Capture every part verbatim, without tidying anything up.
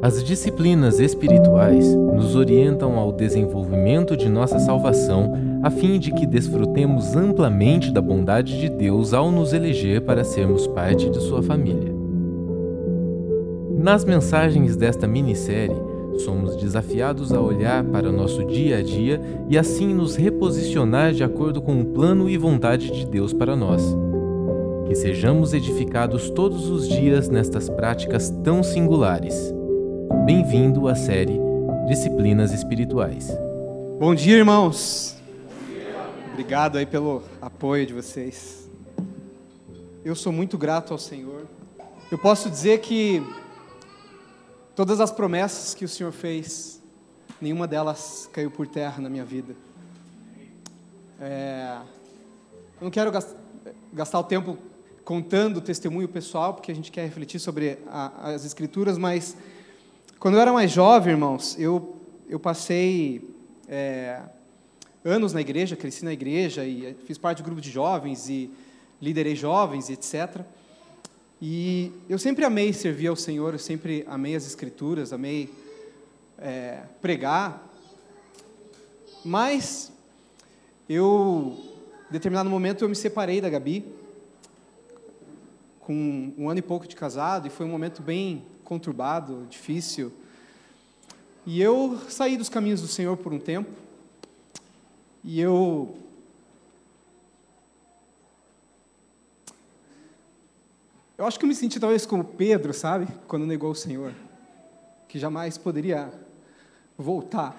As disciplinas espirituais nos orientam ao desenvolvimento de nossa salvação, a fim de que desfrutemos amplamente da bondade de Deus ao nos eleger para sermos parte de sua família. Nas mensagens desta minissérie, somos desafiados a olhar para nosso dia a dia e assim nos reposicionar de acordo com o plano e vontade de Deus para nós. Que sejamos edificados todos os dias nestas práticas tão singulares. Bem-vindo à série Disciplinas Espirituais. Bom dia, irmãos. Bom dia. Obrigado aí pelo apoio de vocês. Eu sou muito grato ao Senhor. Eu posso dizer que todas as promessas que o Senhor fez, nenhuma delas caiu por terra na minha vida. É, eu não quero gastar, gastar o tempo contando o testemunho pessoal, porque a gente quer refletir sobre a, as Escrituras, mas quando eu era mais jovem, irmãos, eu, eu passei é, anos na igreja, cresci na igreja, e fiz parte do grupo de jovens, e liderei jovens, etcétera. E eu sempre amei servir ao Senhor, eu sempre amei as Escrituras, amei é, pregar, mas eu, em determinado momento, eu me separei da Gabi, com um ano e pouco de casado, e foi um momento bem conturbado, difícil, e eu saí dos caminhos do Senhor por um tempo, e eu eu acho que eu me senti talvez como Pedro, sabe, quando negou o Senhor, que jamais poderia voltar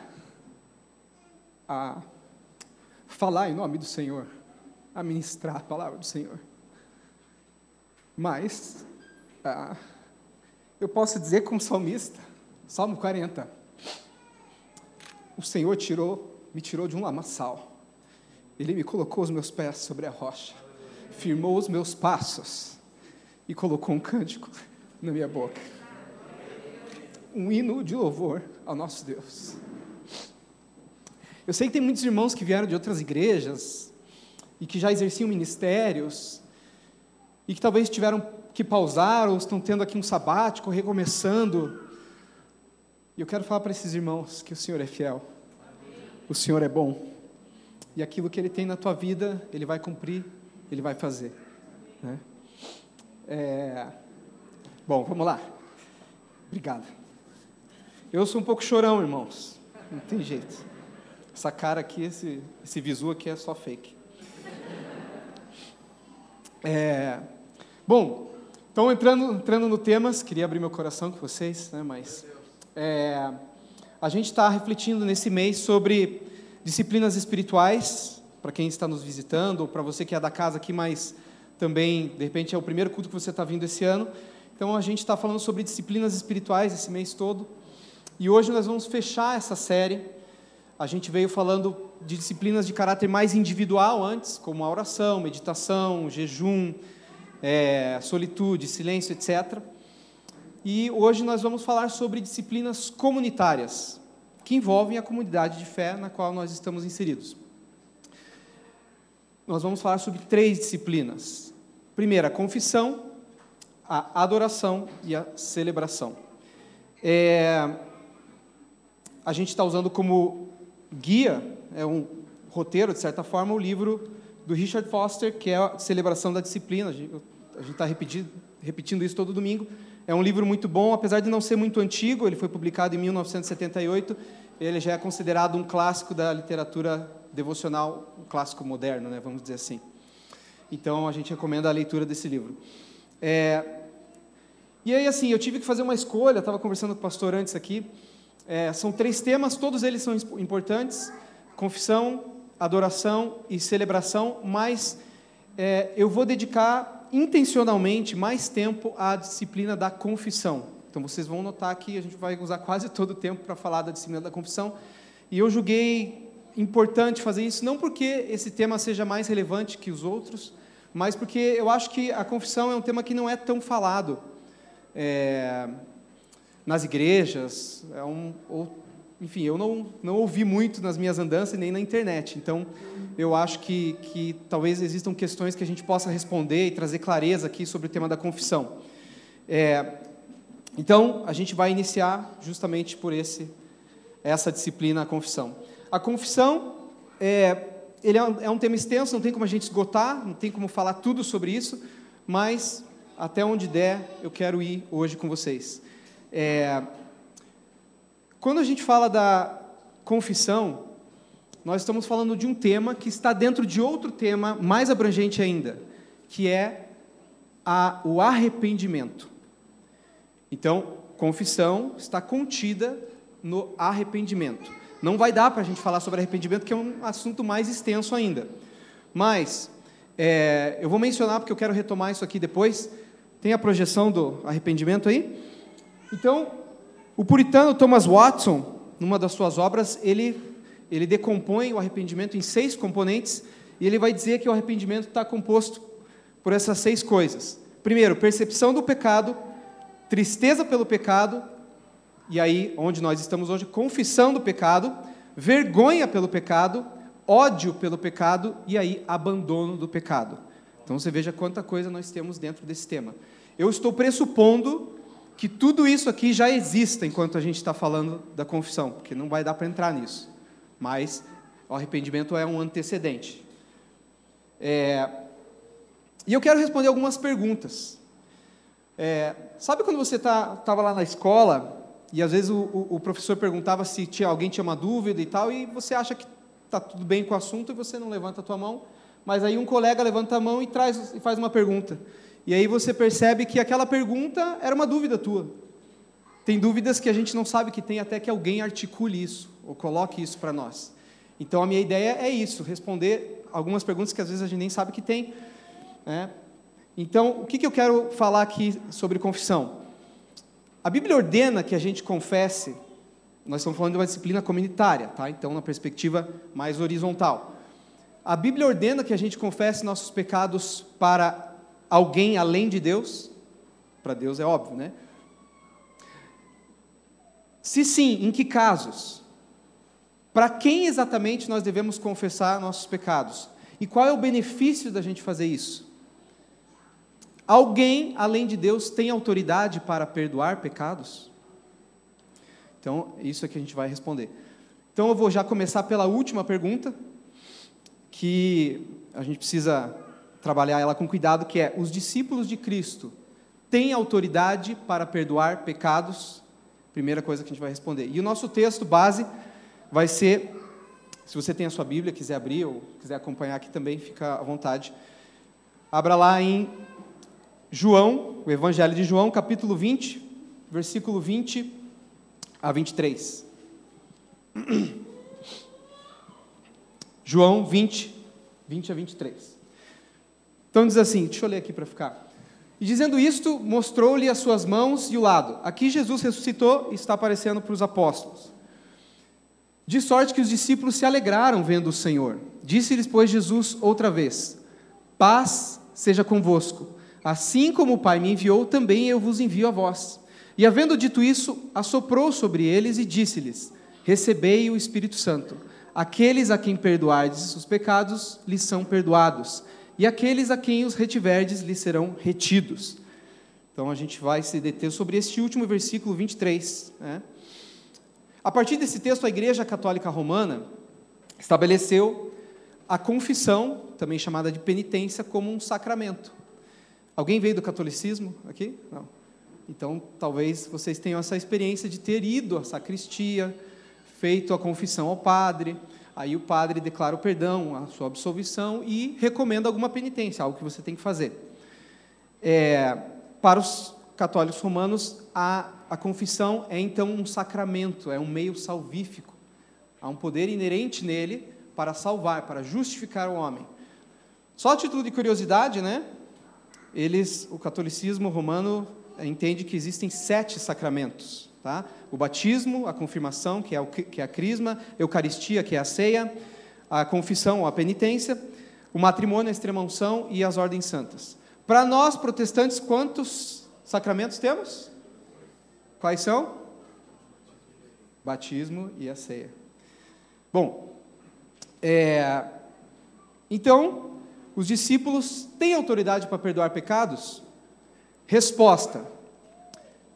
a falar em nome do Senhor, a ministrar a palavra do Senhor, mas ah, eu posso dizer como salmista, Salmo quarenta, o Senhor tirou, me tirou de um lamaçal, Ele me colocou os meus pés sobre a rocha, firmou os meus passos e colocou um cântico na minha boca, um hino de louvor ao nosso Deus. Eu sei que tem muitos irmãos que vieram de outras igrejas e que já exerciam ministérios e que talvez tiveram que pausar, ou estão tendo aqui um sabático, recomeçando. E eu quero falar para esses irmãos que o Senhor é fiel, o Senhor é bom, e aquilo que Ele tem na tua vida, Ele vai cumprir, Ele vai fazer, né? É... Bom, vamos lá. Obrigado. Eu sou um pouco chorão, irmãos, não tem jeito. Essa cara aqui, esse, esse visu aqui é só fake. É... Bom, então entrando, entrando no temas, queria abrir meu coração com vocês, né, mas é, a gente está refletindo nesse mês sobre disciplinas espirituais, para quem está nos visitando, ou para você que é da casa aqui, mas também, de repente, é o primeiro culto que você está vindo esse ano. Então, a gente está falando sobre disciplinas espirituais esse mês todo, e hoje nós vamos fechar essa série. A gente veio falando de disciplinas de caráter mais individual antes, como a oração, meditação, jejum, É, solitude, silêncio, etcétera. E hoje nós vamos falar sobre disciplinas comunitárias, que envolvem a comunidade de fé na qual nós estamos inseridos. Nós vamos falar sobre três disciplinas. Primeiro, a confissão, a adoração e a celebração. É, a gente está usando como guia, é um roteiro, de certa forma, o livro do Richard Foster, que é a Celebração da Disciplina. A gente está repetindo, repetindo isso todo domingo. É um livro muito bom, apesar de não ser muito antigo, ele foi publicado em mil novecentos e setenta e oito, ele já é considerado um clássico da literatura devocional, um clássico moderno, né, vamos dizer assim. Então, a gente recomenda a leitura desse livro. É, e aí, assim, eu tive que fazer uma escolha, estava conversando com o pastor antes aqui, é, são três temas, todos eles são importantes: confissão, adoração e celebração, mas é, eu vou dedicar intencionalmente mais tempo à disciplina da confissão. Então, vocês vão notar que a gente vai usar quase todo o tempo para falar da disciplina da confissão, e eu julguei importante fazer isso, não porque esse tema seja mais relevante que os outros, mas porque eu acho que a confissão é um tema que não é tão falado é, nas igrejas, é um, ou, enfim, eu não, não ouvi muito nas minhas andanças, nem na internet. Então, eu acho que, que talvez existam questões que a gente possa responder e trazer clareza aqui sobre o tema da confissão. É, Então, a gente vai iniciar justamente por esse, essa disciplina, a confissão. A confissão é, ele é, um, é um tema extenso, não tem como a gente esgotar, não tem como falar tudo sobre isso, mas até onde der, eu quero ir hoje com vocês. É, quando a gente fala da confissão, nós estamos falando de um tema que está dentro de outro tema mais abrangente ainda, que é a, o arrependimento. Então, confissão está contida no arrependimento. Não vai dar para a gente falar sobre arrependimento, que é um assunto mais extenso ainda. Mas, é, eu vou mencionar, porque eu quero retomar isso aqui depois. Tem a projeção do arrependimento aí? Então, o puritano Thomas Watson, numa das suas obras, ele, ele decompõe o arrependimento em seis componentes, e ele vai dizer que o arrependimento está composto por essas seis coisas. Primeiro, percepção do pecado, tristeza pelo pecado, e aí, onde nós estamos hoje, confissão do pecado, vergonha pelo pecado, ódio pelo pecado, e aí, abandono do pecado. Então, você veja quanta coisa nós temos dentro desse tema. Eu estou pressupondo que tudo isso aqui já exista enquanto a gente está falando da confissão, porque não vai dar para entrar nisso. Mas o arrependimento é um antecedente. É... E eu quero responder algumas perguntas. É... Sabe quando você estava tá, lá na escola, e às vezes o, o, o professor perguntava se tinha, alguém tinha uma dúvida e tal, e você acha que está tudo bem com o assunto, e você não levanta a tua mão, mas aí um colega levanta a mão e, traz, e faz uma pergunta. E aí você percebe que aquela pergunta era uma dúvida tua. Tem dúvidas que a gente não sabe que tem, até que alguém articule isso, ou coloque isso para nós. Então, a minha ideia é isso, responder algumas perguntas que às vezes a gente nem sabe que tem. Né? Então, o que, que eu quero falar aqui sobre confissão? A Bíblia ordena que a gente confesse, nós estamos falando de uma disciplina comunitária, tá? Então, na perspectiva mais horizontal. A Bíblia ordena que a gente confesse nossos pecados para alguém além de Deus? Para Deus é óbvio, né? Se sim, em que casos? Para quem exatamente nós devemos confessar nossos pecados? E qual é o benefício da gente fazer isso? Alguém além de Deus tem autoridade para perdoar pecados? Então, isso é que a gente vai responder. Então, eu vou já começar pela última pergunta, que a gente precisa trabalhar ela com cuidado, que é: os discípulos de Cristo têm autoridade para perdoar pecados? Primeira coisa que a gente vai responder. E o nosso texto base vai ser, se você tem a sua Bíblia, quiser abrir ou quiser acompanhar aqui também, fica à vontade. Abra lá em João, o Evangelho de João, capítulo vinte, versículo vinte a vinte e três. João vinte, vinte a vinte e três. Então diz assim, deixa eu ler aqui para ficar. E dizendo isto, mostrou-lhe as suas mãos e o lado. Aqui Jesus ressuscitou e está aparecendo para os apóstolos. De sorte que os discípulos se alegraram vendo o Senhor. Disse-lhes, pois, Jesus outra vez: paz seja convosco. Assim como o Pai me enviou, também eu vos envio a vós. E havendo dito isso, assoprou sobre eles e disse-lhes: recebei o Espírito Santo. Aqueles a quem perdoardes os pecados, lhes são perdoados. E aqueles a quem os retiverdes, lhes serão retidos. Então, a gente vai se deter sobre este último versículo vinte e três. Né? A partir desse texto, a Igreja Católica Romana estabeleceu a confissão, também chamada de penitência, como um sacramento. Alguém veio do catolicismo aqui? Não. Então, talvez vocês tenham essa experiência de ter ido à sacristia, feito a confissão ao padre, aí o padre declara o perdão, a sua absolvição e recomenda alguma penitência, algo que você tem que fazer. É, para os católicos romanos, a, a confissão é então um sacramento, é um meio salvífico. Há um poder inerente nele para salvar, para justificar o homem. Só a título de curiosidade, né? Eles, o catolicismo romano entende que existem sete sacramentos. Tá? O batismo, a confirmação, que é, o, que é a crisma, a eucaristia, que é a ceia, a confissão, ou a penitência, o matrimônio, a extrema-unção e as ordens santas. Para nós, protestantes, quantos sacramentos temos? Quais são? Batismo e a ceia. Bom, é, então, os discípulos têm autoridade para perdoar pecados? Resposta: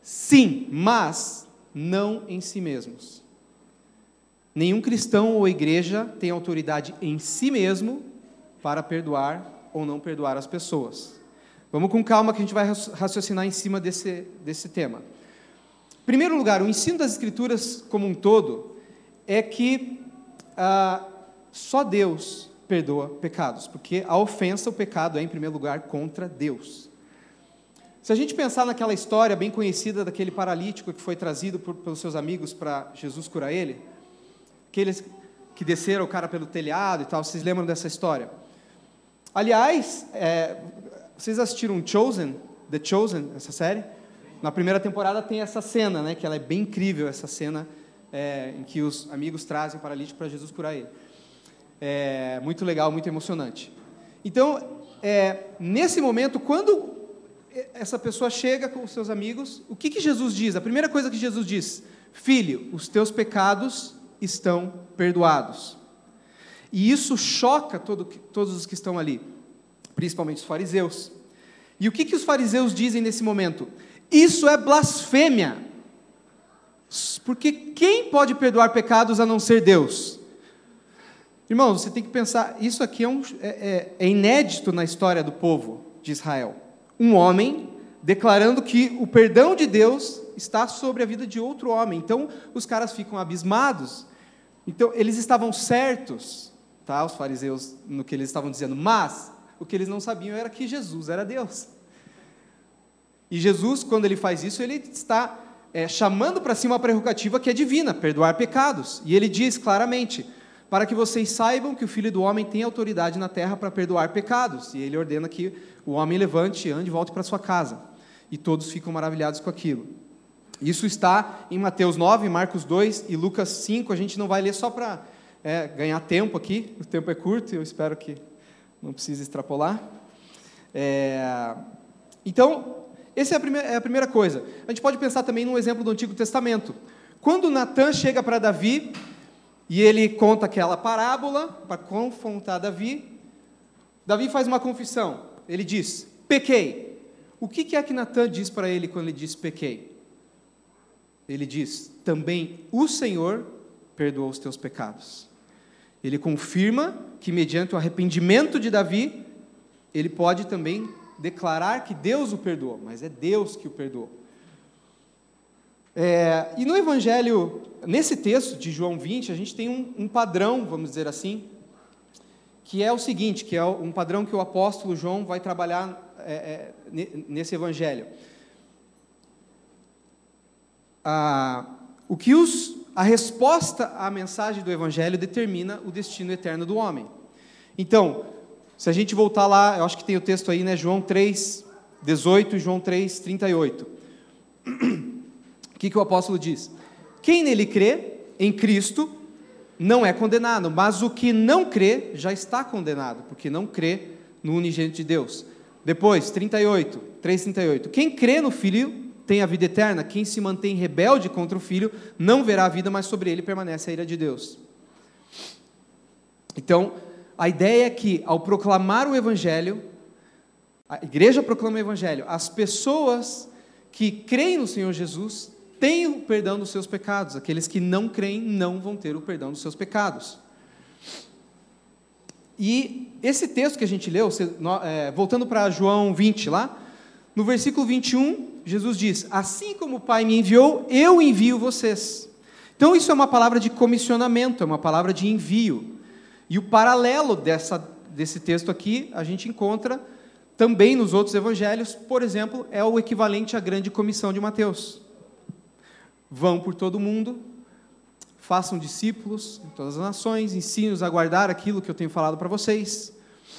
Sim, mas não em si mesmos. Nenhum cristão ou igreja tem autoridade em si mesmo para perdoar ou não perdoar as pessoas. Vamos com calma que a gente vai raciocinar em cima desse, desse tema. Em primeiro lugar, o ensino das Escrituras como um todo é que ah, só Deus perdoa pecados, porque a ofensa, o pecado é, em primeiro lugar, contra Deus. Se a gente pensar naquela história bem conhecida daquele paralítico que foi trazido por, pelos seus amigos para Jesus curar ele, aqueles que desceram o cara pelo telhado e tal, vocês lembram dessa história? Aliás, é, vocês assistiram Chosen, The Chosen, essa série? Na primeira temporada tem essa cena, né, que ela é bem incrível, essa cena é, em que os amigos trazem o paralítico para Jesus curar ele. É muito legal, muito emocionante. Então, é, nesse momento, quando essa pessoa chega com os seus amigos, o que, que Jesus diz? A primeira coisa que Jesus diz: filho, os teus pecados estão perdoados. E isso choca todo, todos os que estão ali, principalmente os fariseus. E o que, que os fariseus dizem nesse momento? Isso é blasfêmia, porque quem pode perdoar pecados a não ser Deus? Irmão, você tem que pensar, isso aqui é, um, é, é, é inédito na história do povo de Israel. Um homem declarando que o perdão de Deus está sobre a vida de outro homem. Então, os caras ficam abismados. Então, eles estavam certos, tá, os fariseus, no que eles estavam dizendo, mas o que eles não sabiam era que Jesus era Deus. E Jesus, quando ele faz isso, ele está é, chamando para si uma prerrogativa que é divina, perdoar pecados. E ele diz claramente: para que vocês saibam que o Filho do Homem tem autoridade na terra para perdoar pecados. E ele ordena que o homem levante, ande e volte para sua casa. E todos ficam maravilhados com aquilo. Isso está em Mateus nove, Marcos dois e Lucas cinco. A gente não vai ler só para é, ganhar tempo aqui. O tempo é curto, eu espero que não precise extrapolar. É, então, essa é a, primeira, é a primeira coisa. A gente pode pensar também num exemplo do Antigo Testamento. Quando Natã chega para Davi, e ele conta aquela parábola para confrontar Davi, Davi faz uma confissão. Ele diz: pequei. O que é que Natã diz para ele quando ele diz pequei? Ele diz: também o Senhor perdoou os teus pecados. Ele confirma que, mediante o arrependimento de Davi, ele pode também declarar que Deus o perdoou, mas é Deus que o perdoou. É, e no Evangelho, nesse texto de João vinte, a gente tem um, um padrão, vamos dizer assim, que é o seguinte, que é um padrão que o apóstolo João vai trabalhar é, é, nesse Evangelho. Ah, o que os, a resposta à mensagem do Evangelho determina o destino eterno do homem. Então, se a gente voltar lá, eu acho que tem o texto aí, né, João três, dezoito e João três, trinta e oito. O que, que o apóstolo diz? Quem nele crê, em Cristo, não é condenado, mas o que não crê já está condenado, porque não crê no unigênito de Deus. Depois, trinta e oito, três, trinta e oito. Quem crê no Filho tem a vida eterna, quem se mantém rebelde contra o Filho não verá a vida, mas sobre ele permanece a ira de Deus. Então, a ideia é que, ao proclamar o Evangelho, a igreja proclama o Evangelho, as pessoas que creem no Senhor Jesus têm o perdão dos seus pecados, aqueles que não creem não vão ter o perdão dos seus pecados. E esse texto que a gente leu, voltando para João vinte lá, no versículo vinte e um, Jesus diz: assim como o Pai me enviou, eu envio vocês. Então isso é uma palavra de comissionamento, é uma palavra de envio. E o paralelo dessa, desse texto aqui, a gente encontra também nos outros evangelhos. Por exemplo, é o equivalente à grande comissão de Mateus. Vão por todo o mundo, façam discípulos em todas as nações, ensinem-os a guardar aquilo que eu tenho falado para vocês.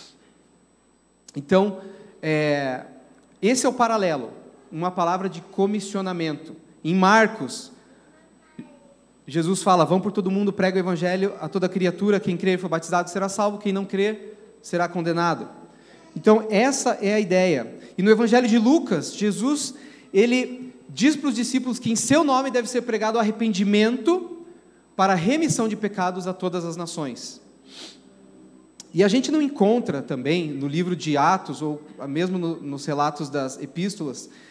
Então, é, esse é o paralelo, uma palavra de comissionamento. Em Marcos, Jesus fala: vão por todo o mundo, prega o evangelho a toda criatura, quem crer e for batizado será salvo, quem não crer será condenado. Então, essa é a ideia. E no evangelho de Lucas, Jesus, ele diz para os discípulos que em seu nome deve ser pregado arrependimento para a remissão de pecados a todas as nações. E a gente não encontra também no livro de Atos, ou mesmo no, nos relatos das epístolas,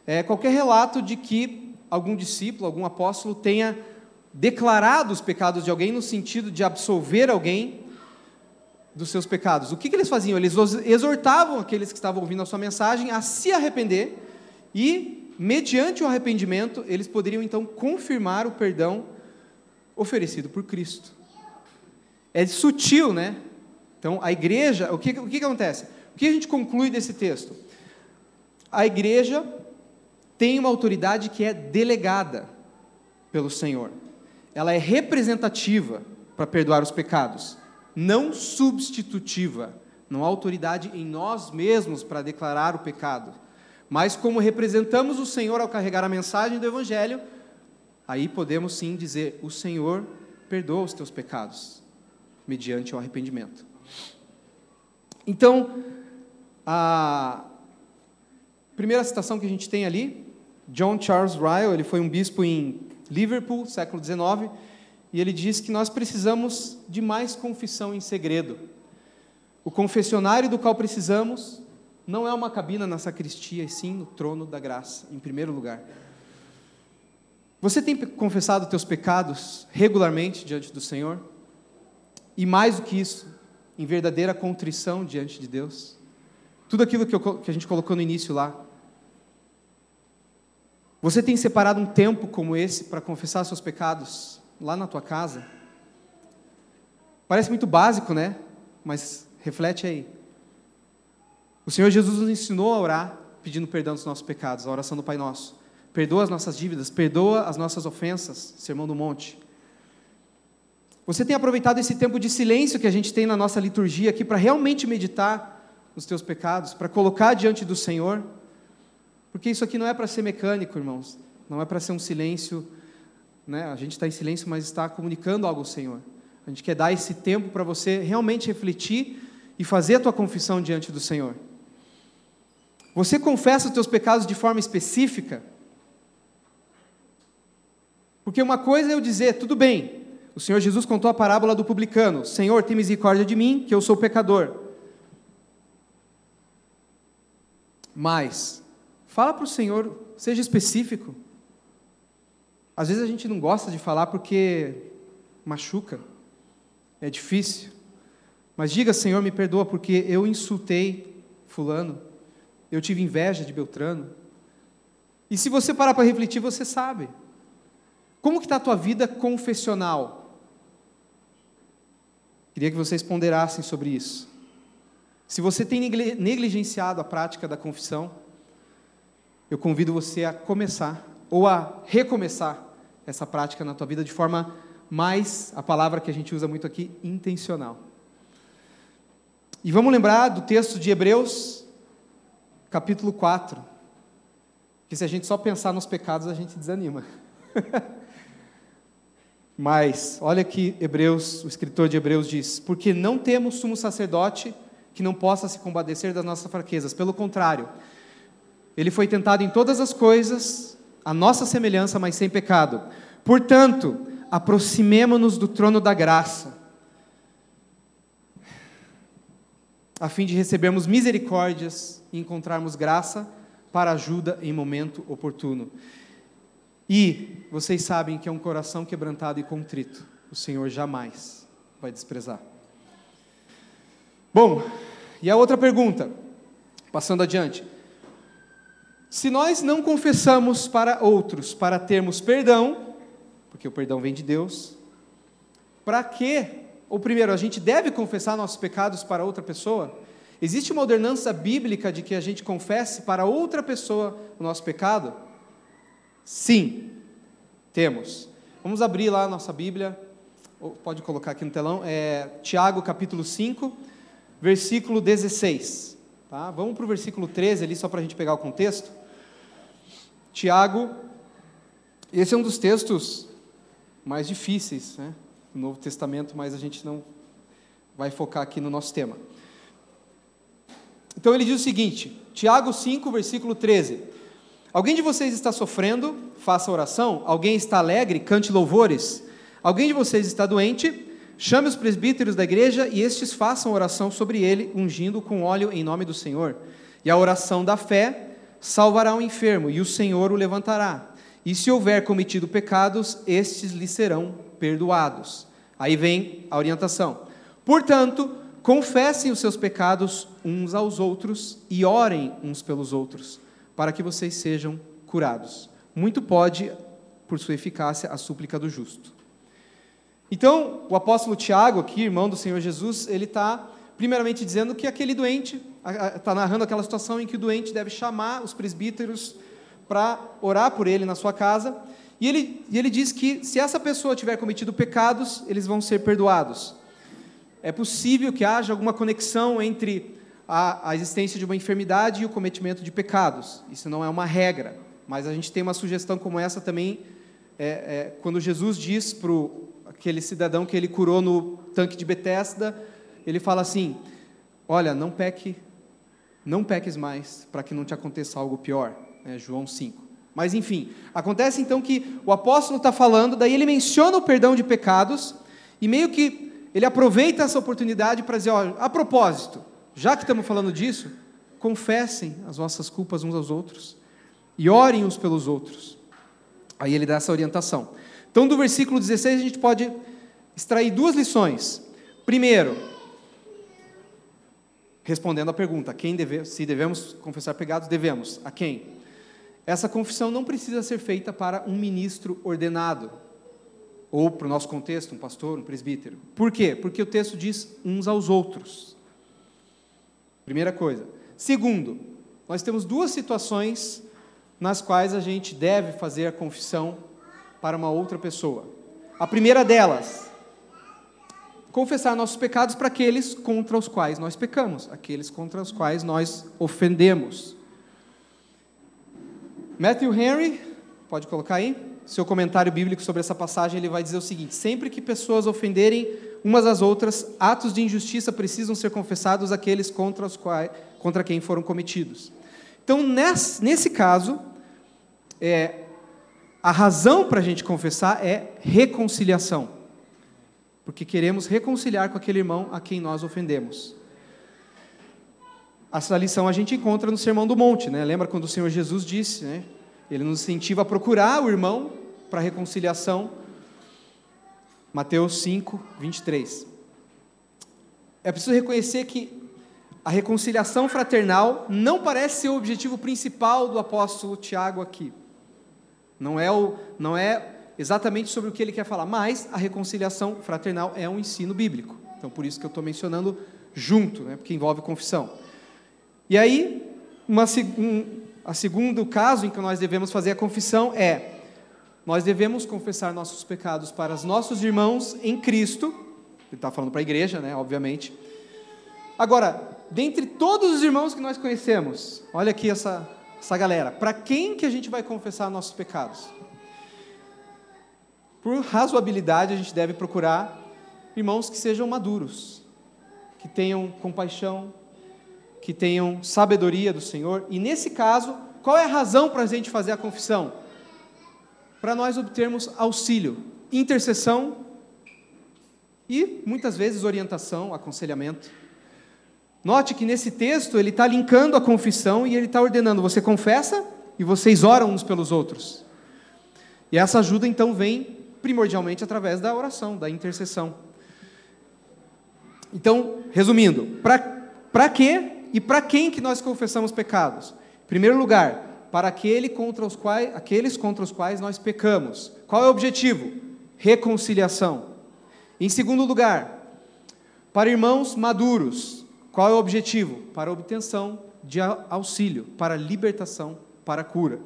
é, qualquer relato de que algum discípulo, algum apóstolo tenha declarado os pecados de alguém no sentido de absolver alguém dos seus pecados. O que, que eles faziam? Eles exortavam aqueles que estavam ouvindo a sua mensagem a se arrepender e, mediante o arrependimento, eles poderiam então confirmar o perdão oferecido por Cristo. É sutil, né? Então, a igreja, o que, o que, que acontece? O que a gente conclui desse texto? A igreja tem uma autoridade que é delegada pelo Senhor. Ela é representativa para perdoar os pecados, não substitutiva. Não há autoridade em nós mesmos para declarar o pecado. Mas como representamos o Senhor ao carregar a mensagem do Evangelho, aí podemos sim dizer, o Senhor perdoa os teus pecados, mediante o arrependimento. Então, a primeira citação que a gente tem ali, John Charles Ryle, ele foi um bispo em Liverpool, século dezenove, e ele diz que nós precisamos de mais confissão em segredo. O confessionário do qual precisamos não é uma cabina na sacristia, e sim no trono da graça, em primeiro lugar. Você tem confessado teus pecados regularmente diante do Senhor? E mais do que isso, em verdadeira contrição diante de Deus? Tudo aquilo que, eu, que a gente colocou no início lá. Você tem separado um tempo como esse para confessar seus pecados lá na tua casa? Parece muito básico, né? Mas reflete aí. O Senhor Jesus nos ensinou a orar pedindo perdão dos nossos pecados, a oração do Pai Nosso. Perdoa as nossas dívidas, perdoa as nossas ofensas, Sermão do Monte. Você tem aproveitado esse tempo de silêncio que a gente tem na nossa liturgia aqui para realmente meditar nos teus pecados, para colocar diante do Senhor? Porque isso aqui não é para ser mecânico, irmãos. Não é para ser um silêncio, né? A gente está em silêncio, mas está comunicando algo ao Senhor. A gente quer dar esse tempo para você realmente refletir e fazer a tua confissão diante do Senhor. Você confessa os teus pecados de forma específica? Porque uma coisa é eu dizer, tudo bem, o Senhor Jesus contou a parábola do publicano, Senhor, tem misericórdia de mim, que eu sou pecador. Mas, fala para o Senhor, seja específico. Às vezes a gente não gosta de falar porque machuca, é difícil. Mas diga, Senhor, me perdoa porque eu insultei fulano, eu tive inveja de Beltrano. E se você parar para refletir, você sabe. Como que está a tua vida confessional? Queria que vocês ponderassem sobre isso. Se você tem negligenciado a prática da confissão, eu convido você a começar, ou a recomeçar essa prática na tua vida de forma mais, a palavra que a gente usa muito aqui, intencional. E vamos lembrar do texto de Hebreus, capítulo quatro, que se a gente só pensar nos pecados, a gente desanima. Mas, olha que Hebreus, o escritor de Hebreus diz, porque não temos sumo sacerdote que não possa se compadecer das nossas fraquezas, pelo contrário, ele foi tentado em todas as coisas, a nossa semelhança, mas sem pecado. Portanto, aproximemo-nos do trono da graça, a fim de recebermos misericórdias e encontrarmos graça para ajuda em momento oportuno. E vocês sabem que é um coração quebrantado e contrito, o Senhor jamais vai desprezar. Bom, e a outra pergunta, passando adiante. Se nós não confessamos para outros para termos perdão, porque o perdão vem de Deus, para quê? Ou primeiro, a gente deve confessar nossos pecados para outra pessoa? Existe uma ordenança bíblica de que a gente confesse para outra pessoa o nosso pecado? Sim, temos. Vamos abrir lá a nossa Bíblia, ou pode colocar aqui no telão, é Tiago capítulo cinco, versículo dezesseis. Tá? Vamos para o versículo treze ali, só para a gente pegar o contexto. Tiago, esse é um dos textos mais difíceis, né, do Novo Testamento, mas a gente não vai focar aqui no nosso tema. Então ele diz o seguinte, Tiago cinco, versículo treze. Alguém de vocês está sofrendo? Faça oração. Alguém está alegre? Cante louvores. Alguém de vocês está doente? Chame os presbíteros da igreja e estes façam oração sobre ele, ungindo com óleo em nome do Senhor. E a oração da fé salvará o enfermo, e o Senhor o levantará. E se houver cometido pecados, estes lhe serão perdoados. Aí vem a orientação. Portanto, confessem os seus pecados uns aos outros e orem uns pelos outros, para que vocês sejam curados. Muito pode, por sua eficácia, a súplica do justo. Então, o apóstolo Tiago, aqui, irmão do Senhor Jesus, ele está, primeiramente, dizendo que aquele doente, está narrando aquela situação em que o doente deve chamar os presbíteros para orar por ele na sua casa, e ele, e ele diz que, se essa pessoa tiver cometido pecados, eles vão ser perdoados. É possível que haja alguma conexão entre a, a existência de uma enfermidade e o cometimento de pecados. Isso não é uma regra, mas a gente tem uma sugestão como essa também, é, é, quando Jesus diz para aquele cidadão que ele curou no tanque de Betesda, ele fala assim, olha, não peque, não peques mais, para que não te aconteça algo pior, é, João cinco. Mas enfim, acontece então que o apóstolo está falando, daí ele menciona o perdão de pecados, e meio que ele aproveita essa oportunidade para dizer, ó, a propósito, já que estamos falando disso, confessem as vossas culpas uns aos outros, e orem uns pelos outros. Aí ele dá essa orientação. Então, do versículo dezesseis, a gente pode extrair duas lições. Primeiro, respondendo à pergunta, quem deve, se devemos confessar pecados, devemos. A quem? Essa confissão não precisa ser feita para um ministro ordenado, ou, para o nosso contexto, um pastor, um presbítero. Por quê? Porque o texto diz uns aos outros. Primeira coisa. Segundo, nós temos duas situações nas quais a gente deve fazer a confissão para uma outra pessoa. A primeira delas, confessar nossos pecados para aqueles contra os quais nós pecamos, aqueles contra os quais nós ofendemos. Matthew Henry, pode colocar aí, seu comentário bíblico sobre essa passagem, ele vai dizer o seguinte, sempre que pessoas ofenderem umas às outras, atos de injustiça precisam ser confessados àqueles contra, os quais, contra quem foram cometidos. Então, nesse, nesse caso, é, a razão para a gente confessar é reconciliação, porque queremos reconciliar com aquele irmão a quem nós ofendemos. Essa lição a gente encontra no Sermão do Monte, né? Lembra quando o Senhor Jesus disse, né? Ele nos incentiva a procurar o irmão para reconciliação, Mateus cinco, vinte e três. É preciso reconhecer que a reconciliação fraternal não parece ser o objetivo principal do apóstolo Tiago aqui. Não é, o, não é exatamente sobre o que ele quer falar, mas a reconciliação fraternal é um ensino bíblico. Então, por isso que eu estou mencionando junto, né, porque envolve confissão. E aí, uma, um, a segundo caso em que nós devemos fazer a confissão é, nós devemos confessar nossos pecados para os nossos irmãos em Cristo, ele está falando para a igreja, né, obviamente. Agora, dentre todos os irmãos que nós conhecemos, olha aqui essa, essa galera, para quem que a gente vai confessar nossos pecados? Por razoabilidade, a gente deve procurar irmãos que sejam maduros, que tenham compaixão, que tenham sabedoria do Senhor. E nesse caso, qual é a razão para a gente fazer a confissão? Para nós obtermos auxílio, intercessão e, muitas vezes, orientação, aconselhamento. Note que nesse texto ele está linkando a confissão e ele está ordenando, você confessa e vocês oram uns pelos outros. E essa ajuda então vem primordialmente através da oração, da intercessão. Então, resumindo, para quê e para quem que nós confessamos pecados? Em primeiro lugar, para aquele contra os quais, aqueles contra os quais nós pecamos. Qual é o objetivo? Reconciliação. Em segundo lugar, para irmãos maduros. Qual é o objetivo? Para a obtenção de auxílio, para a libertação, para a cura.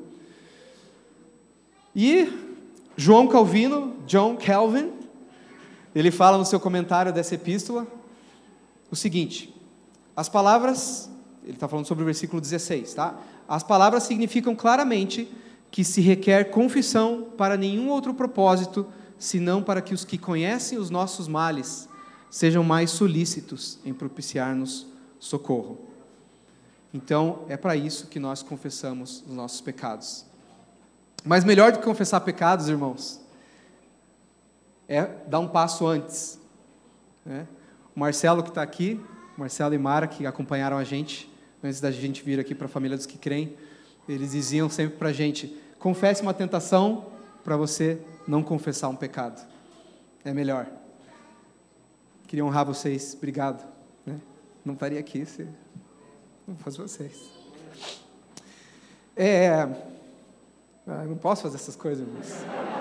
E João Calvino, John Calvin, ele fala no seu comentário dessa epístola o seguinte, as palavras, ele está falando sobre o versículo dezesseis, tá? As palavras significam claramente que se requer confissão para nenhum outro propósito, senão para que os que conhecem os nossos males sejam mais solícitos em propiciar-nos socorro. Então, é para isso que nós confessamos os nossos pecados. Mas melhor do que confessar pecados, irmãos, é dar um passo antes. Né? O Marcelo que está aqui, Marcelo e Mara, que acompanharam a gente, antes da gente vir aqui para a família dos que creem, eles diziam sempre para a gente, confesse uma tentação para você não confessar um pecado. É melhor. Queria honrar vocês, obrigado. Né? Não estaria aqui se não fosse vocês. É... Ah, eu não posso fazer essas coisas, irmãos.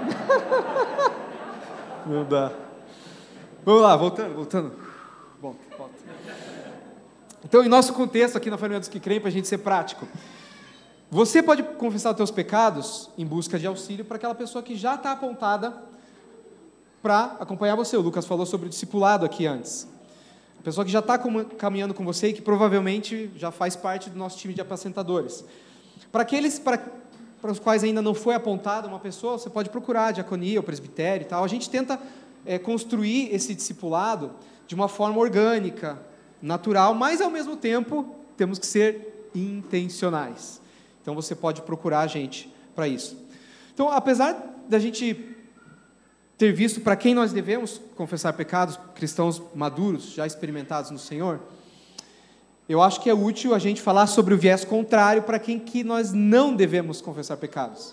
Não dá. Vamos lá, voltando, voltando. Bom, volta. Então, em nosso contexto aqui na família dos que creem, para a gente ser prático, você pode confessar os teus pecados em busca de auxílio para aquela pessoa que já está apontada para acompanhar você. O Lucas falou sobre o discipulado aqui antes. A pessoa que já está caminhando com você e que provavelmente já faz parte do nosso time de apacentadores. Para aqueles... Para para os quais ainda não foi apontada uma pessoa, você pode procurar a diaconia, o presbitério e tal. A gente tenta é, construir esse discipulado de uma forma orgânica, natural, mas ao mesmo tempo temos que ser intencionais. Então você pode procurar a gente para isso. Então, apesar da gente ter visto para quem nós devemos confessar pecados, cristãos maduros, já experimentados no Senhor, eu acho que é útil a gente falar sobre o viés contrário para quem que nós não devemos confessar pecados.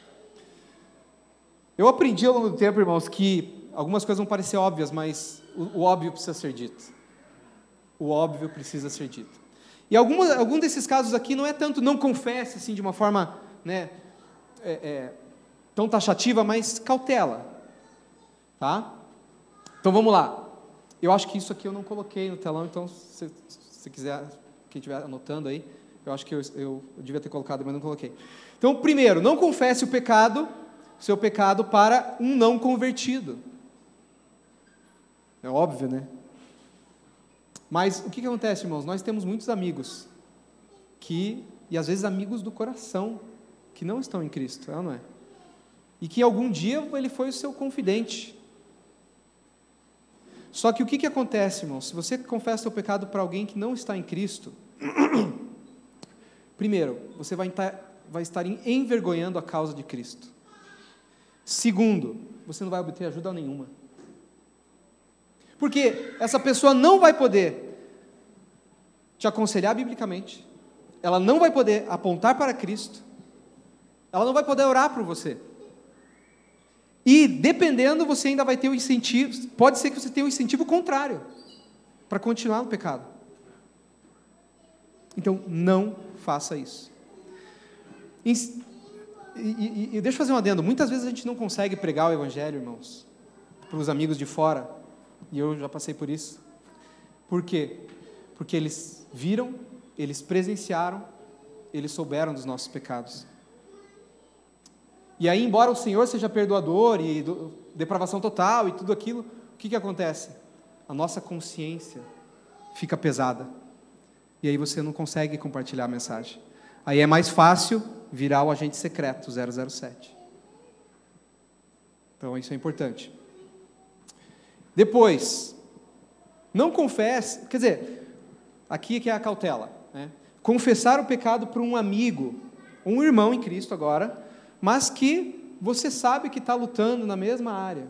Eu aprendi ao longo do tempo, irmãos, que algumas coisas vão parecer óbvias, mas o, o óbvio precisa ser dito. O óbvio precisa ser dito. E alguma, algum desses casos aqui não é tanto não confesse, assim, de uma forma, né, é, é, tão taxativa, mas cautela. Tá? Então vamos lá. Eu acho que isso aqui eu não coloquei no telão, então se se quiser, quem estiver anotando aí, eu acho que eu, eu, eu devia ter colocado, mas não coloquei. Então, primeiro, não confesse o pecado, seu pecado para um não convertido. É óbvio, né? Mas o que, que acontece, irmãos? Nós temos muitos amigos, que, e às vezes amigos do coração, que não estão em Cristo, é ou não é? E que algum dia ele foi o seu confidente. Só que o que, que acontece, irmão? Se você confessa o seu pecado para alguém que não está em Cristo, primeiro, você vai estar, vai estar envergonhando a causa de Cristo. Segundo, você não vai obter ajuda nenhuma. Porque essa pessoa não vai poder te aconselhar biblicamente, ela não vai poder apontar para Cristo, ela não vai poder orar por você. E, dependendo, você ainda vai ter o incentivo, pode ser que você tenha o incentivo contrário, para continuar no pecado. Então, não faça isso. E, e, e deixa eu fazer um adendo, muitas vezes a gente não consegue pregar o Evangelho, irmãos, para os amigos de fora, e eu já passei por isso. Por quê? Porque eles viram, eles presenciaram, eles souberam dos nossos pecados. E aí, embora o Senhor seja perdoador e do, depravação total e tudo aquilo, o que, que acontece? A nossa consciência fica pesada. E aí você não consegue compartilhar a mensagem. Aí é mais fácil virar o agente secreto, zero zero sete. Então, isso é importante. Depois, não confesse, quer dizer, aqui que é a cautela, né? Confessar o pecado para um amigo, um irmão em Cristo agora, mas que você sabe que está lutando na mesma área.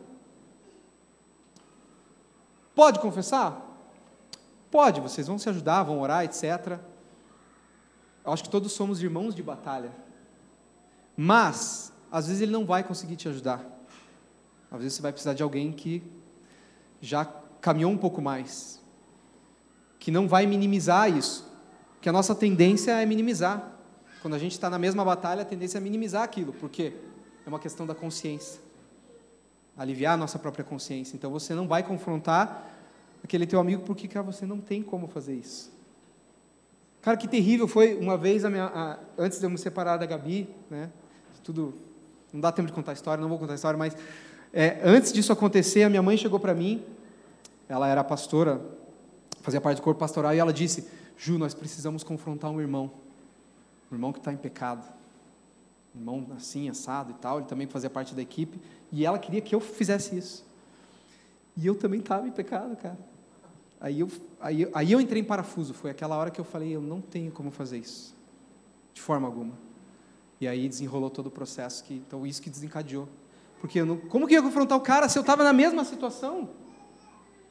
Pode confessar? Pode, vocês vão se ajudar, vão orar, etcétera. Eu acho que todos somos irmãos de batalha. Mas, às vezes ele não vai conseguir te ajudar. Às vezes você vai precisar de alguém que já caminhou um pouco mais, que não vai minimizar isso, porque a nossa tendência é minimizar. Quando a gente está na mesma batalha, a tendência é minimizar aquilo, porque é uma questão da consciência, aliviar a nossa própria consciência. Então você não vai confrontar aquele teu amigo, porque cara, você não tem como fazer isso. Cara, que terrível foi uma vez, a minha, a, antes de eu me separar da Gabi, né, tudo, não dá tempo de contar a história, não vou contar a história, mas é, antes disso acontecer, a minha mãe chegou para mim, ela era pastora, fazia parte do corpo pastoral, e ela disse: Ju, nós precisamos confrontar um irmão, um irmão que está em pecado, um irmão assim, assado e tal, ele também fazia parte da equipe, e ela queria que eu fizesse isso, e eu também estava em pecado, cara. Aí eu, aí, aí eu entrei em parafuso, foi aquela hora que eu falei, eu não tenho como fazer isso, de forma alguma. E aí desenrolou todo o processo, que, então isso que desencadeou. Porque eu não, como que eu ia confrontar o cara se eu estava na mesma situação?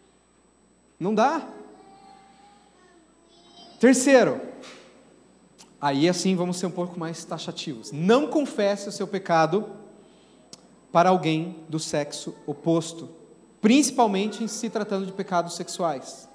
Não dá. Terceiro, Aí assim vamos ser um pouco mais taxativos. Não confesse o seu pecado para alguém do sexo oposto, principalmente em se tratando de pecados sexuais.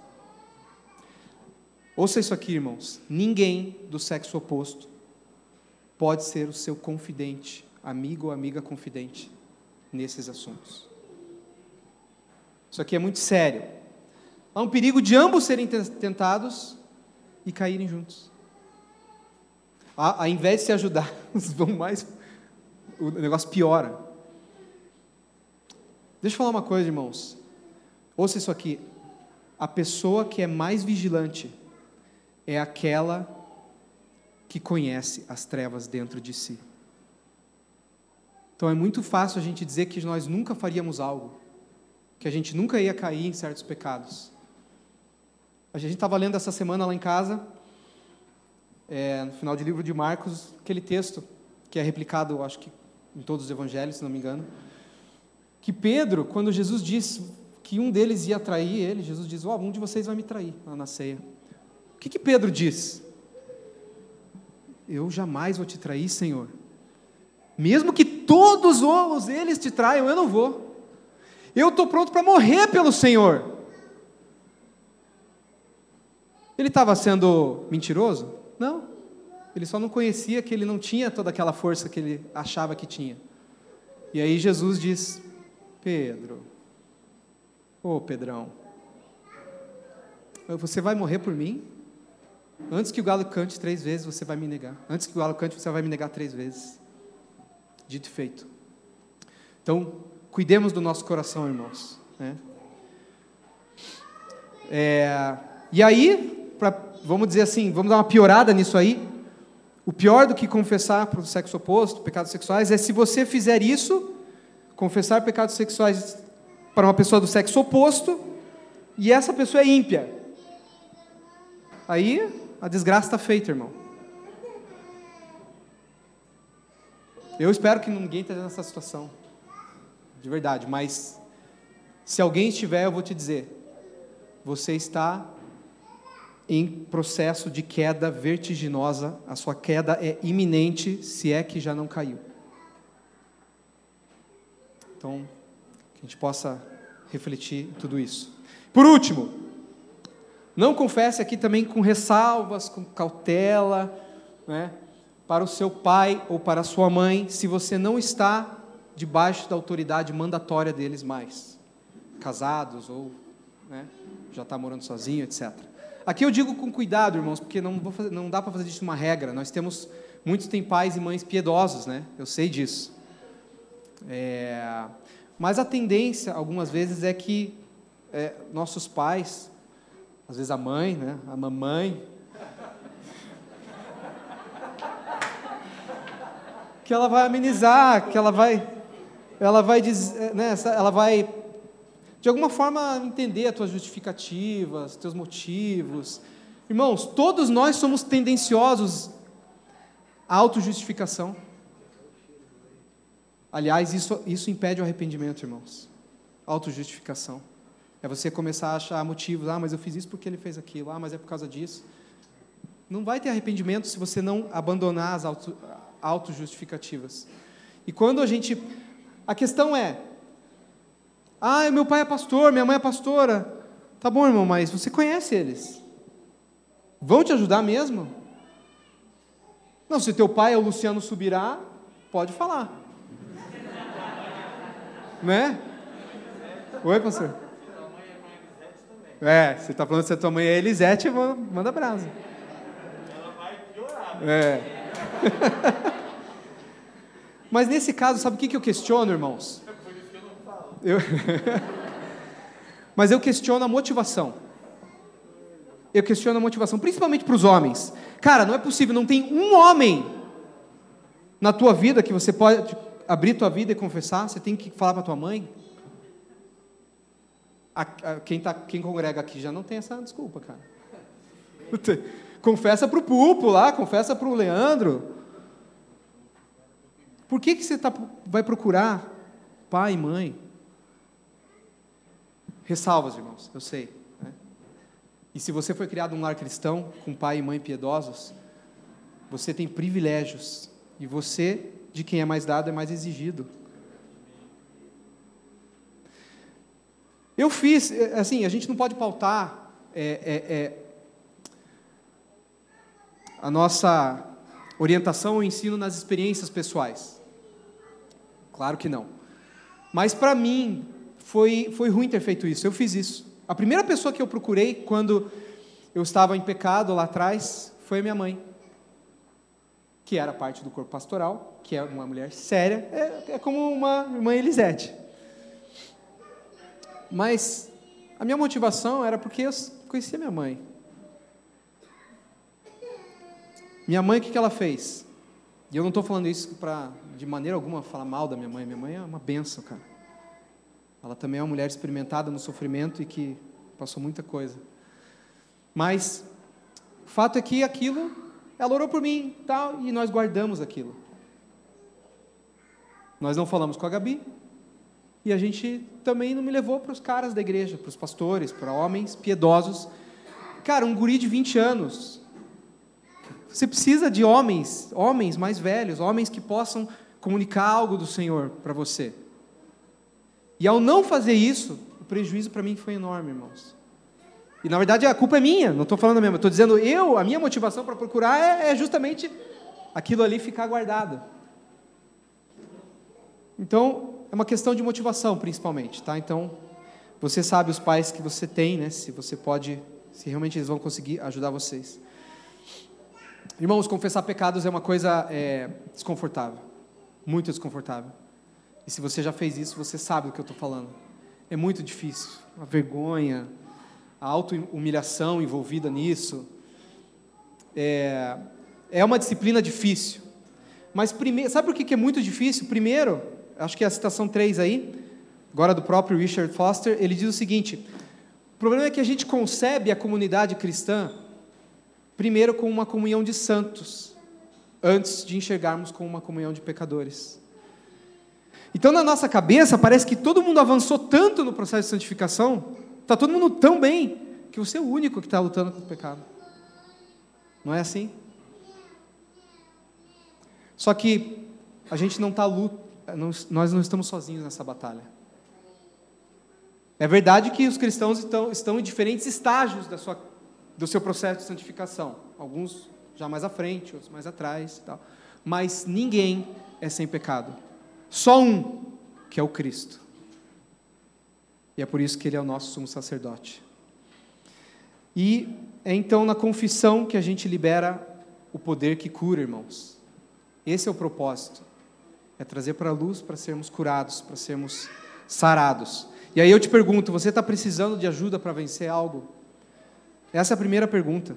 Ouça isso aqui, irmãos. Ninguém do sexo oposto pode ser o seu confidente, amigo ou amiga confidente, nesses assuntos. Isso aqui é muito sério. Há um perigo de ambos serem tentados e caírem juntos. Ao invés de se ajudar, vão mais, o negócio piora. Deixa eu falar uma coisa, irmãos. Ouça isso aqui. A pessoa que é mais vigilante é aquela que conhece as trevas dentro de si. Então é muito fácil a gente dizer que nós nunca faríamos algo, que a gente nunca ia cair em certos pecados. A gente estava lendo essa semana lá em casa, é, no final do livro de Marcos, aquele texto que é replicado, acho que em todos os evangelhos, se não me engano, que Pedro, quando Jesus disse que um deles ia trair ele, Jesus diz, ó, oh, um de vocês vai me trair lá na ceia. O que que Pedro diz? Eu jamais vou te trair, Senhor. Mesmo que todos os eles te traiam, eu não vou. Eu estou pronto para morrer pelo Senhor. Ele estava sendo mentiroso? Não. Ele só não conhecia que ele não tinha toda aquela força que ele achava que tinha. E aí Jesus diz, Pedro, ô oh, Pedrão, você vai morrer por mim? Antes que o galo cante três vezes, você vai me negar. Antes que o galo cante, você vai me negar três vezes. Dito e feito. Então, cuidemos do nosso coração, irmãos. Né? É, e aí, pra, vamos dizer assim, vamos dar uma piorada nisso aí. O pior do que confessar para o sexo oposto, pecados sexuais, é se você fizer isso, confessar pecados sexuais para uma pessoa do sexo oposto, e essa pessoa é ímpia. Aí, a desgraça está feita, irmão. Eu espero que ninguém esteja nessa situação, de verdade, mas se alguém estiver, eu vou te dizer, você está em processo de queda vertiginosa, a sua queda é iminente, se é que já não caiu. Então, que a gente possa refletir em tudo isso. Por último, não confesse aqui também com ressalvas, com cautela, né, para o seu pai ou para a sua mãe, se você não está debaixo da autoridade mandatória deles mais, casados ou né, já está morando sozinho, etcétera. Aqui eu digo com cuidado, irmãos, porque não, vou fazer, não dá para fazer disso uma regra. Nós temos, muitos têm pais e mães piedosos, né? Eu sei disso. É, mas a tendência, algumas vezes, é que é, nossos pais, às vezes a mãe, né? A mamãe, que ela vai amenizar, que ela vai, ela vai dizer, né? Ela vai de alguma forma entender as tuas justificativas, teus motivos. Irmãos, todos nós somos tendenciosos à autojustificação. Aliás, isso, isso impede o arrependimento, irmãos. Autojustificação. É você começar a achar motivos, ah, mas eu fiz isso porque ele fez aquilo, ah, mas é por causa disso. Não vai ter arrependimento se você não abandonar as auto, autojustificativas. E quando a gente... A questão é, ah, meu pai é pastor, minha mãe é pastora. Tá bom, irmão, mas você conhece eles. Vão te ajudar mesmo? Não, se teu pai é o Luciano Subirá, pode falar. Né? Oi, pastor? É, você está falando que se a tua mãe é Elisete, manda brasa. Ela vai piorar. É. Mas nesse caso, sabe o que eu questiono, irmãos? Eu... Mas eu questiono a motivação. Eu questiono a motivação, principalmente para os homens. Cara, não é possível, não tem um homem na tua vida que você pode abrir tua vida e confessar. Você tem que falar para tua mãe. A, a, quem, tá, quem congrega aqui já não tem essa desculpa, cara. Confessa para o Pupo lá, confessa para o Leandro. Por que, que você tá, vai procurar pai e mãe? Ressalvas, irmãos, eu sei. Né? E se você foi criado num lar cristão, com pai e mãe piedosos, você tem privilégios, e você, de quem é mais dado, é mais exigido. Eu fiz, assim, a gente não pode pautar é, é, é, a nossa orientação ou ensino nas experiências pessoais. Claro que não. Mas para mim, foi, foi ruim ter feito isso. Eu fiz isso. A primeira pessoa que eu procurei quando eu estava em pecado lá atrás foi a minha mãe, que era parte do corpo pastoral, que é uma mulher séria, é, é como uma irmã Elisete. Mas a minha motivação era porque eu conhecia minha mãe. Minha mãe, o que ela fez? E eu não estou falando isso para, de maneira alguma, falar mal da minha mãe. Minha mãe é uma bênção, cara. Ela também é uma mulher experimentada no sofrimento e que passou muita coisa. Mas o fato é que aquilo, ela orou por mim e tal, e nós guardamos aquilo. Nós não falamos com a Gabi, e a gente também não me levou para os caras da igreja, para os pastores, para homens piedosos. Cara, um guri de vinte anos, você precisa de homens, homens mais velhos, homens que possam comunicar algo do Senhor para você. E ao não fazer isso, o prejuízo para mim foi enorme, irmãos. E na verdade a culpa é minha, não estou falando a mesma, estou dizendo eu, a minha motivação para procurar é, é justamente aquilo ali ficar guardado. Então, é uma questão de motivação principalmente, tá? Então, você sabe os pais que você tem, né? Se você pode, se realmente eles vão conseguir ajudar vocês. Irmãos, confessar pecados é uma coisa é, desconfortável, muito desconfortável. E se você já fez isso, você sabe do que eu estou falando. É muito difícil, a vergonha, a auto-humilhação envolvida nisso. É, é uma disciplina difícil. Mas, primeiro, sabe por que é muito difícil? Primeiro, acho que é a citação três aí, agora do próprio Richard Foster, ele diz o seguinte: o problema é que a gente concebe a comunidade cristã primeiro com uma comunhão de santos, antes de enxergarmos com uma comunhão de pecadores. Então, na nossa cabeça, parece que todo mundo avançou tanto no processo de santificação, está todo mundo tão bem, que você é o único que está lutando contra o pecado. Não é assim? Só que a gente não está lutando, nós não estamos sozinhos nessa batalha. É verdade que os cristãos estão, estão em diferentes estágios da sua, do seu processo de santificação. Alguns já mais à frente, outros mais atrás e tal. Mas ninguém é sem pecado. Só um, que é o Cristo. E é por isso que Ele é o nosso sumo sacerdote. E é então na confissão que a gente libera o poder que cura, irmãos. Esse é o propósito. É trazer para a luz para sermos curados, para sermos sarados. E aí eu te pergunto, você está precisando de ajuda para vencer algo? Essa é a primeira pergunta.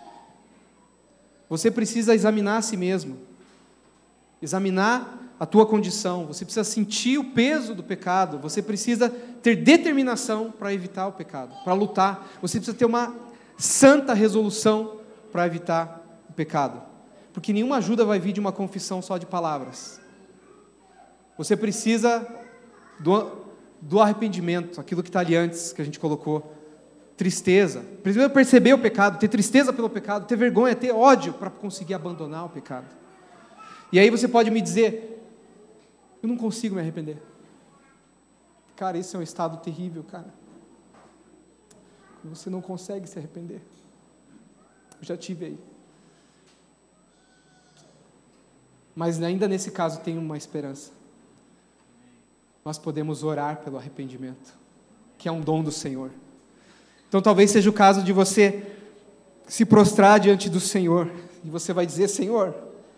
Você precisa examinar a si mesmo. Examinar a tua condição. Você precisa sentir o peso do pecado. Você precisa ter determinação para evitar o pecado, para lutar. Você precisa ter uma santa resolução para evitar o pecado. Porque nenhuma ajuda vai vir de uma confissão só de palavras. Você precisa do, do arrependimento, aquilo que está ali antes, que a gente colocou. Tristeza. Precisa perceber o pecado, ter tristeza pelo pecado, ter vergonha, ter ódio para conseguir abandonar o pecado. E aí você pode me dizer, eu não consigo me arrepender. Cara, esse é um estado terrível, cara. Você não consegue se arrepender. Eu já tive aí. Mas ainda nesse caso tem uma esperança. Nós podemos orar pelo arrependimento, que é um dom do Senhor. Então talvez seja o caso de você se prostrar diante do Senhor, e você vai dizer, Senhor,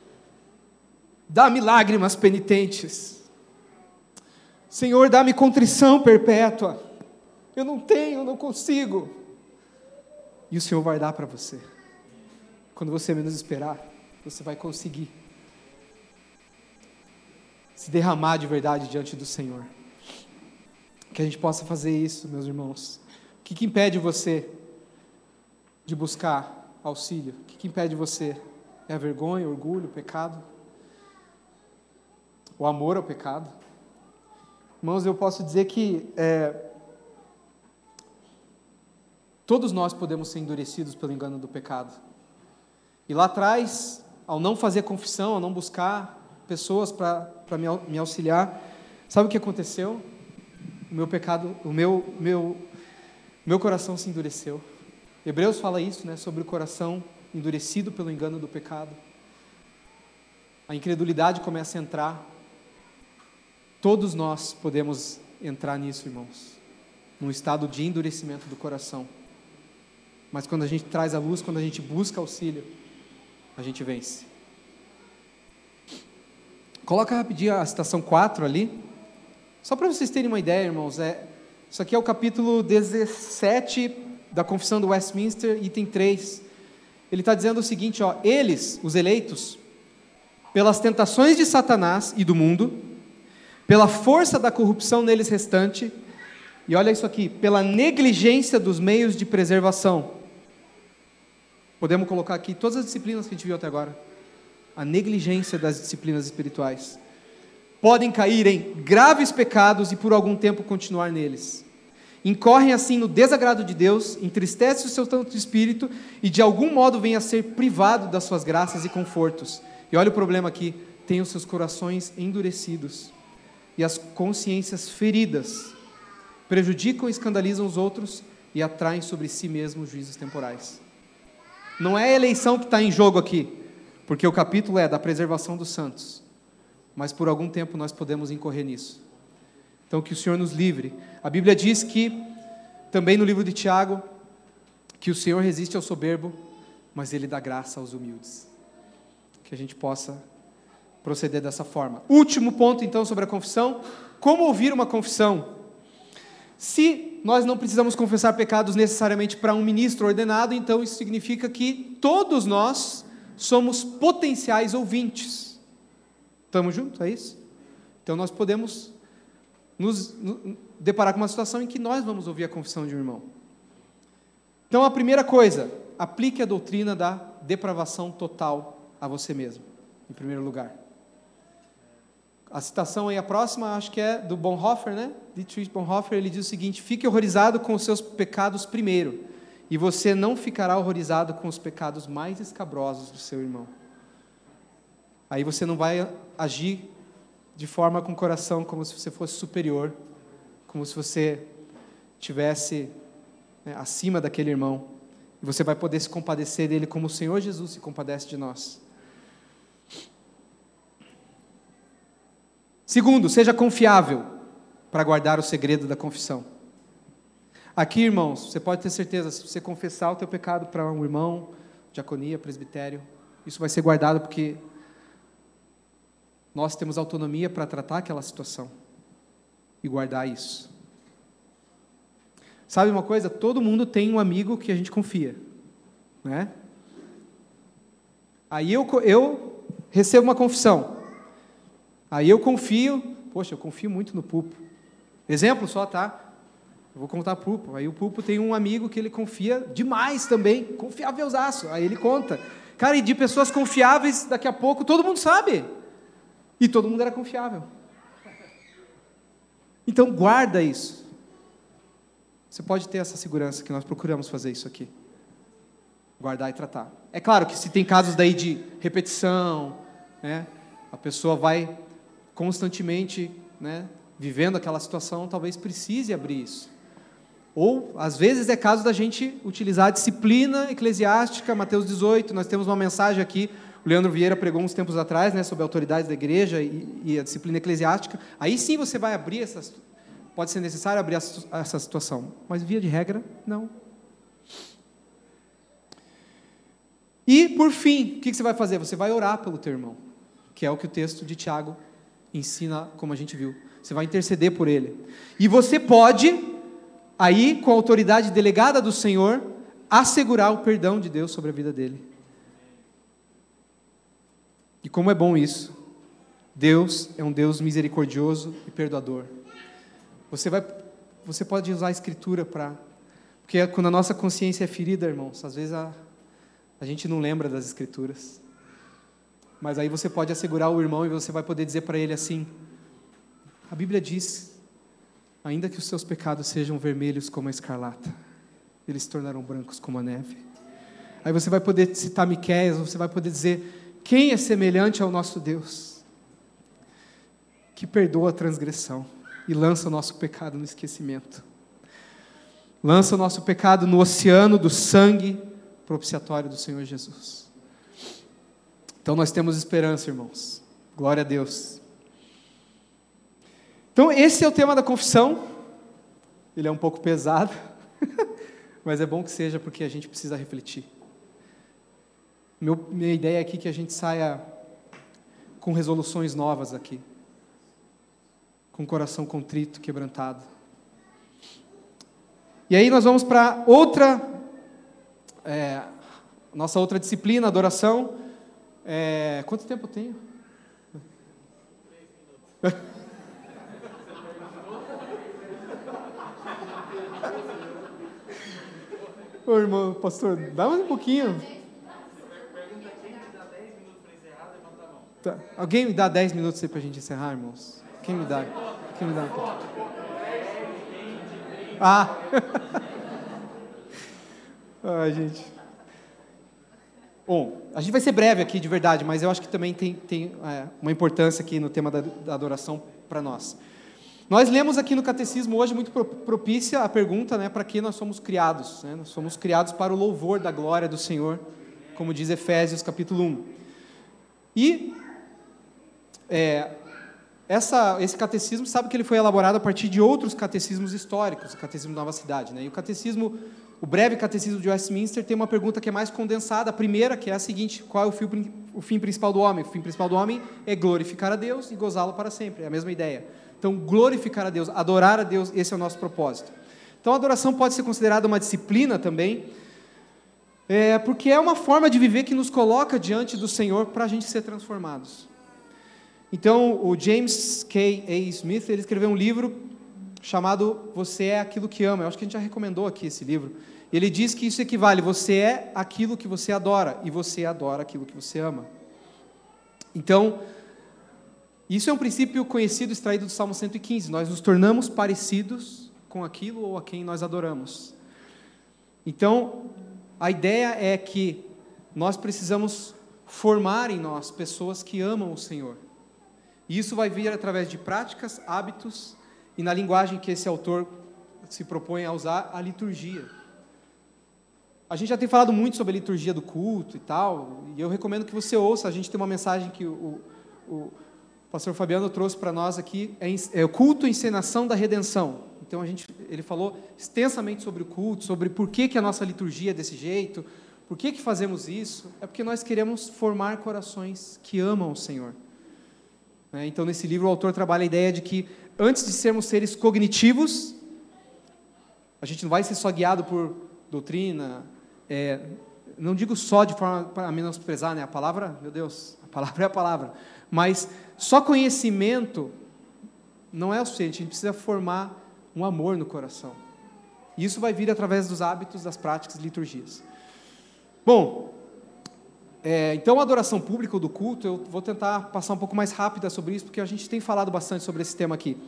dá-me lágrimas penitentes. Senhor, dá-me contrição perpétua. Eu não tenho, eu não consigo. E o Senhor vai dar para você. Quando você menos esperar, você vai conseguir se derramar de verdade diante do Senhor. Que a gente possa fazer isso, meus irmãos. O que, que impede você de buscar auxílio? O que, que impede você? É a vergonha, o orgulho, o pecado? O amor ao pecado? Irmãos, eu posso dizer que é, todos nós podemos ser endurecidos pelo engano do pecado. E lá atrás, ao não fazer confissão, a não buscar pessoas para me, me auxiliar, sabe o que aconteceu? O meu pecado, o meu, meu, meu coração se endureceu. Hebreus fala isso, né, sobre o coração endurecido pelo engano do pecado. A incredulidade começa a entrar. Todos nós podemos entrar nisso, irmãos, num estado de endurecimento do coração. Mas quando a gente traz a luz, quando a gente busca auxílio, a gente vence. Coloca rapidinho a citação quatro ali, só para vocês terem uma ideia, irmãos. É, isso aqui é o capítulo dezessete da Confissão do Westminster, item três. Ele está dizendo o seguinte, ó, eles, os eleitos, pelas tentações de Satanás e do mundo, pela força da corrupção neles restante, e olha isso aqui, pela negligência dos meios de preservação. Podemos colocar aqui todas as disciplinas que a gente viu até agora. A negligência das disciplinas espirituais. Podem cair em graves pecados e por algum tempo continuar neles. Incorrem assim no desagrado de Deus, entristece o seu santo espírito e de algum modo vem a ser privado das suas graças e confortos. E olha o problema aqui, tem os seus corações endurecidos e as consciências feridas, prejudicam e escandalizam os outros e atraem sobre si mesmos juízos temporais. Não é a eleição que está em jogo aqui, porque o capítulo é da preservação dos santos, mas por algum tempo nós podemos incorrer nisso. Então que o Senhor nos livre. A Bíblia diz que, também no livro de Tiago, que o Senhor resiste ao soberbo, mas Ele dá graça aos humildes. Que a gente possa proceder dessa forma. Último ponto então sobre a confissão, como ouvir uma confissão? Se nós não precisamos confessar pecados necessariamente para um ministro ordenado, então isso significa que todos nós somos potenciais ouvintes. Estamos juntos? É isso? Então nós podemos nos, nos deparar com uma situação em que nós vamos ouvir a confissão de um irmão. Então a primeira coisa, aplique a doutrina da depravação total a você mesmo, em primeiro lugar. A citação aí, a próxima, acho que é do Bonhoeffer, né? Dietrich Bonhoeffer, ele diz o seguinte: fique horrorizado com os seus pecados primeiro, e você não ficará horrorizado com os pecados mais escabrosos do seu irmão. Aí você não vai agir de forma com o coração como se você fosse superior, como se você estivesse, né, acima daquele irmão. E você vai poder se compadecer dele como o Senhor Jesus se compadece de nós. Segundo, seja confiável para guardar o segredo da confissão. Aqui, irmãos, você pode ter certeza, se você confessar o teu pecado para um irmão, diaconia, presbitério, isso vai ser guardado porque nós temos autonomia para tratar aquela situação e guardar isso. Sabe uma coisa? Todo mundo tem um amigo que a gente confia, né? Aí eu, eu recebo uma confissão. Aí eu confio, poxa, eu confio muito no Pulpo. Exemplo só, tá? Eu vou contar Pulpo. Aí o Pulpo tem um amigo que ele confia demais também, confiávelzaço. Aí ele conta. Cara, e de pessoas confiáveis, daqui a pouco todo mundo sabe. E todo mundo era confiável. Então guarda isso. Você pode ter essa segurança que nós procuramos fazer isso aqui. Guardar e tratar. É claro que se tem casos daí de repetição, né, a pessoa vai constantemente, né, vivendo aquela situação, talvez precise abrir isso. Ou, às vezes, é caso da gente utilizar a disciplina eclesiástica, Mateus dezoito, nós temos uma mensagem aqui, o Leandro Vieira pregou uns tempos atrás, né, sobre a autoridade da igreja e, e a disciplina eclesiástica. Aí sim você vai abrir, essa, pode ser necessário abrir essa, essa situação, mas via de regra, não. E, por fim, o que você vai fazer? Você vai orar pelo teu irmão, que é o que o texto de Tiago ensina, como a gente viu. Você vai interceder por ele. E você pode, aí, com a autoridade delegada do Senhor, assegurar o perdão de Deus sobre a vida dele. E como é bom isso. Deus é um Deus misericordioso e perdoador. Você, vai, você pode usar a Escritura para... Porque quando a nossa consciência é ferida, irmãos, às vezes a, a gente não lembra das Escrituras. Mas aí você pode assegurar o irmão e você vai poder dizer para ele assim: a Bíblia diz, ainda que os seus pecados sejam vermelhos como a escarlata, eles se tornarão brancos como a neve. Aí você vai poder citar Miqueias, você vai poder dizer: quem é semelhante ao nosso Deus, que perdoa a transgressão e lança o nosso pecado no esquecimento. Lança o nosso pecado no oceano do sangue propiciatório do Senhor Jesus. Então nós temos esperança, irmãos. Glória a Deus. Então esse é o tema da confissão. Ele é um pouco pesado, mas é bom que seja, porque a gente precisa refletir. Meu, minha ideia aqui é que a gente saia com resoluções novas aqui, com o coração contrito, quebrantado. E aí nós vamos para outra, é, nossa outra disciplina, adoração. É, quanto tempo eu tenho? Ô irmão, pastor, dá mais um pouquinho. Tá. Alguém me dá dez minutos aí para a gente encerrar, irmãos? Quem me dá? Quem me dá? Ah! Ai, gente. Bom, a gente vai ser breve aqui, de verdade, mas eu acho que também tem, tem é, uma importância aqui no tema da, da adoração para nós. Nós lemos aqui no Catecismo hoje, muito propícia a pergunta, né, para que nós somos criados. Né? Nós somos criados para o louvor da glória do Senhor, como diz Efésios capítulo um. E é, essa, esse catecismo, sabe que ele foi elaborado a partir de outros catecismos históricos, o Catecismo da Nova Cidade. Né? E o catecismo, o breve catecismo de Westminster tem uma pergunta que é mais condensada. A primeira, que é a seguinte: qual é o fim, o fim principal do homem? O fim principal do homem é glorificar a Deus e gozá-lo para sempre. É a mesma ideia. Então, glorificar a Deus, adorar a Deus, esse é o nosso propósito. Então, a adoração pode ser considerada uma disciplina também, é, porque é uma forma de viver que nos coloca diante do Senhor para a gente ser transformados. Então, o James K A Smith, ele escreveu um livro chamado Você é Aquilo que Ama. Eu acho que a gente já recomendou aqui esse livro. Ele diz que isso equivale: você é aquilo que você adora, e você adora aquilo que você ama. Então, isso é um princípio conhecido, extraído do Salmo cento e quinze. Nós nos tornamos parecidos com aquilo ou a quem nós adoramos. Então, a ideia é que nós precisamos formar em nós pessoas que amam o Senhor. E isso vai vir através de práticas, hábitos e, na linguagem que esse autor se propõe a usar, a liturgia. A gente já tem falado muito sobre a liturgia do culto e tal, e eu recomendo que você ouça. A gente tem uma mensagem que o, o, o pastor Fabiano trouxe para nós aqui, é, é o culto e encenação da redenção. Então, a gente, ele falou extensamente sobre o culto, sobre por que, que a nossa liturgia é desse jeito, por que, que fazemos isso. É porque nós queremos formar corações que amam o Senhor. É, então, nesse livro, o autor trabalha a ideia de que, antes de sermos seres cognitivos, a gente não vai ser só guiado por doutrina, é, não digo só de forma para menosprezar, né? A palavra, meu Deus, a palavra é a palavra, mas só conhecimento não é o suficiente. A gente precisa formar um amor no coração. E isso vai vir através dos hábitos, das práticas e liturgias. Bom, é, então a adoração pública ou do culto, eu vou tentar passar um pouco mais rápida sobre isso, porque a gente tem falado bastante sobre esse tema aqui.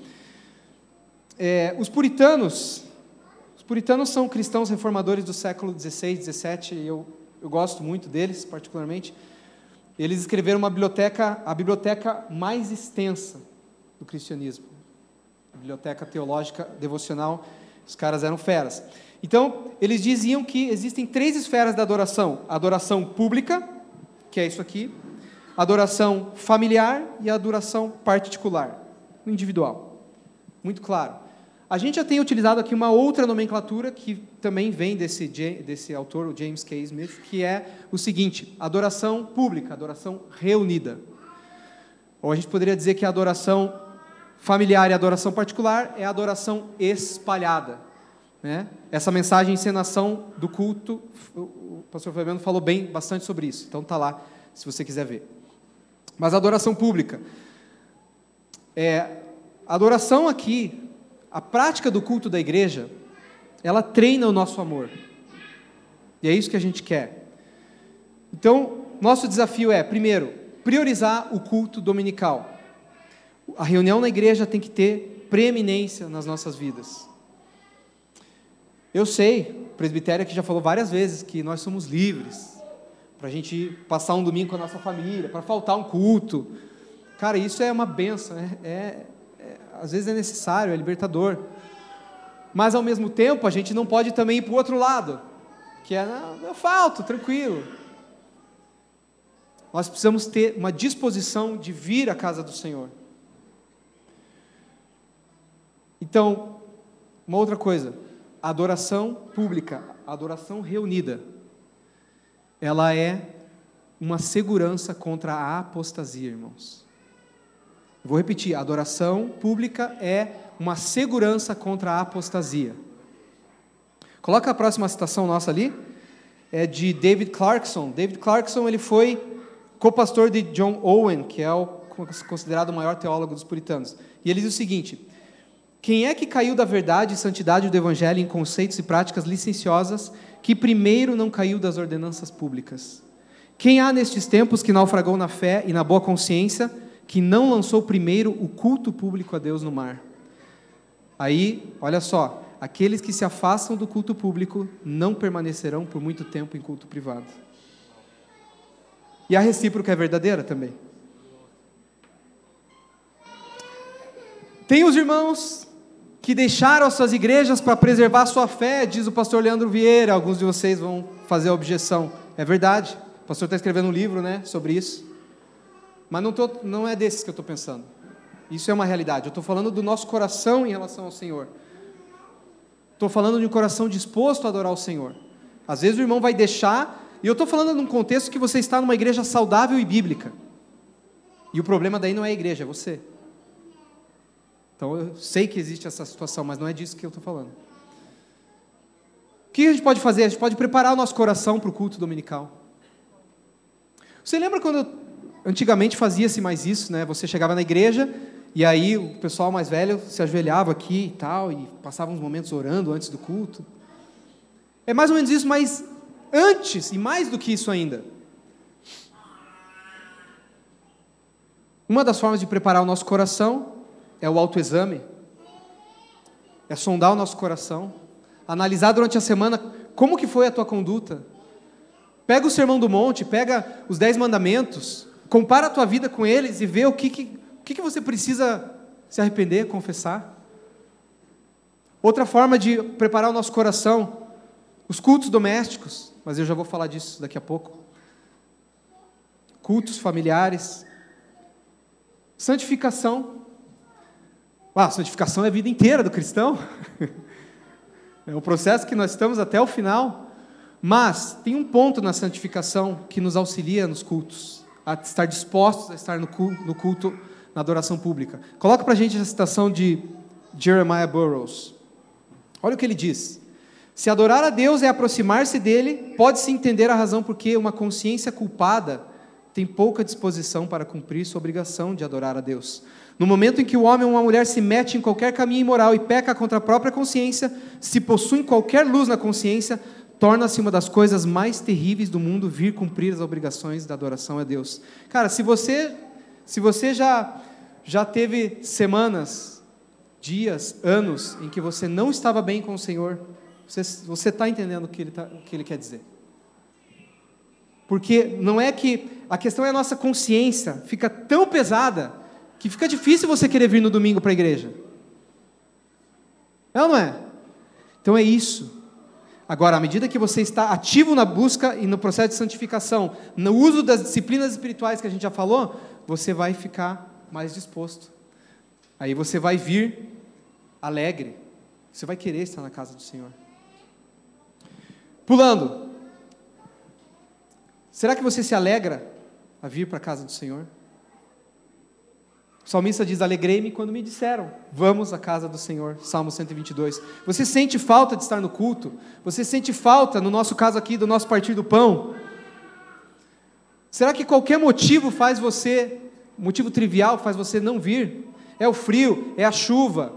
É, os puritanos, os puritanos são cristãos reformadores do século dezesseis, dezessete, e eu, eu gosto muito deles, particularmente. Eles escreveram uma biblioteca, a biblioteca mais extensa do cristianismo, a biblioteca teológica devocional. Os caras eram feras. Então, eles diziam que existem três esferas da adoração: a adoração pública, que é isso aqui, a adoração familiar e a adoração particular, individual. Muito claro. A gente já tem utilizado aqui uma outra nomenclatura que também vem desse, desse autor, o James K. Smith, que é o seguinte: adoração pública, adoração reunida. Ou a gente poderia dizer que a adoração familiar e a adoração particular é a adoração espalhada. Né? Essa mensagem, encenação do culto, o pastor Fabiano falou bem, bastante sobre isso. Então está lá, se você quiser ver. Mas a adoração pública. É, a adoração aqui, a prática do culto da igreja, ela treina o nosso amor. E é isso que a gente quer. Então, nosso desafio é, primeiro, priorizar o culto dominical. A reunião na igreja tem que ter preeminência nas nossas vidas. Eu sei, o presbitério aqui já falou várias vezes que nós somos livres para a gente passar um domingo com a nossa família, para faltar um culto. Cara, isso é uma benção, é, é, é, às vezes é necessário, é libertador. Mas, ao mesmo tempo, a gente não pode também ir para o outro lado, que é, não, eu falto, tranquilo. Nós precisamos ter uma disposição de vir à casa do Senhor. Então, uma outra coisa, a adoração pública, a adoração reunida, ela é uma segurança contra a apostasia, irmãos. Vou repetir, a adoração pública é uma segurança contra a apostasia. Coloca a próxima citação nossa ali, é de David Clarkson. David Clarkson, ele foi co-pastor de John Owen, que é o considerado o maior teólogo dos puritanos. E ele diz o seguinte: quem é que caiu da verdade e santidade do Evangelho em conceitos e práticas licenciosas, que primeiro não caiu das ordenanças públicas? Quem há nestes tempos que naufragou na fé e na boa consciência, que não lançou primeiro o culto público a Deus no mar? Aí, olha só, aqueles que se afastam do culto público não permanecerão por muito tempo em culto privado. E a recíproca é verdadeira também. Tem os irmãos que deixaram as suas igrejas para preservar a sua fé, diz o pastor Leandro Vieira. Alguns de vocês vão fazer a objeção. É verdade, o pastor está escrevendo um livro, né, sobre isso. Mas não, tô, não é desses que eu estou pensando. Isso é uma realidade. Eu estou falando do nosso coração em relação ao Senhor. Estou falando de um coração disposto a adorar o Senhor. Às vezes o irmão vai deixar, e eu estou falando num contexto que você está numa igreja saudável e bíblica. E o problema daí não é a igreja, é você. Então eu sei que existe essa situação, mas não é disso que eu estou falando. O que a gente pode fazer? A gente pode preparar o nosso coração para o culto dominical. Você lembra quando antigamente fazia-se mais isso, né? Você chegava na igreja e aí o pessoal mais velho se ajoelhava aqui e tal, e passava uns momentos orando antes do culto. É mais ou menos isso, mas antes, e mais do que isso ainda, uma das formas de preparar o nosso coração é o autoexame, é sondar o nosso coração, analisar durante a semana como que foi a tua conduta. Pega o Sermão do Monte, pega os Dez Mandamentos, compara a tua vida com eles e vê o que, que, o que, que você precisa se arrepender, confessar. Outra forma de preparar o nosso coração, os cultos domésticos, mas eu já vou falar disso daqui a pouco. Cultos familiares. Santificação. Ah, santificação é a vida inteira do cristão. É um processo que nós estamos até o final. Mas tem um ponto na santificação que nos auxilia nos cultos, a estar dispostos a estar no culto, no culto na adoração pública. Coloca para a gente a citação de Jeremiah Burroughs. Olha o que ele diz: se adorar a Deus é aproximar-se dele, pode-se entender a razão porque uma consciência culpada tem pouca disposição para cumprir sua obrigação de adorar a Deus. No momento em que o homem ou uma mulher se mete em qualquer caminho imoral e peca contra a própria consciência, se possuem qualquer luz na consciência, torna-se uma das coisas mais terríveis do mundo vir cumprir as obrigações da adoração a Deus. Cara, se você, se você já, já teve semanas, dias, anos, em que você não estava bem com o Senhor, você está entendendo o que ele, tá, o que ele quer dizer. Porque não é que, a questão é a nossa consciência, fica tão pesada, que fica difícil você querer vir no domingo para a igreja. É ou não é? Então é isso. Agora, à medida que você está ativo na busca e no processo de santificação, no uso das disciplinas espirituais que a gente já falou, você vai ficar mais disposto. Aí você vai vir alegre. Você vai querer estar na casa do Senhor. Pulando. Será que você se alegra a vir para a casa do Senhor? O salmista diz: alegrei-me quando me disseram, vamos à casa do Senhor. Salmo cento e vinte e dois. Você sente falta de estar no culto? Você sente falta, no nosso caso aqui, do nosso partir do pão? Será que qualquer motivo faz você, motivo trivial faz você não vir? É o frio? É a chuva?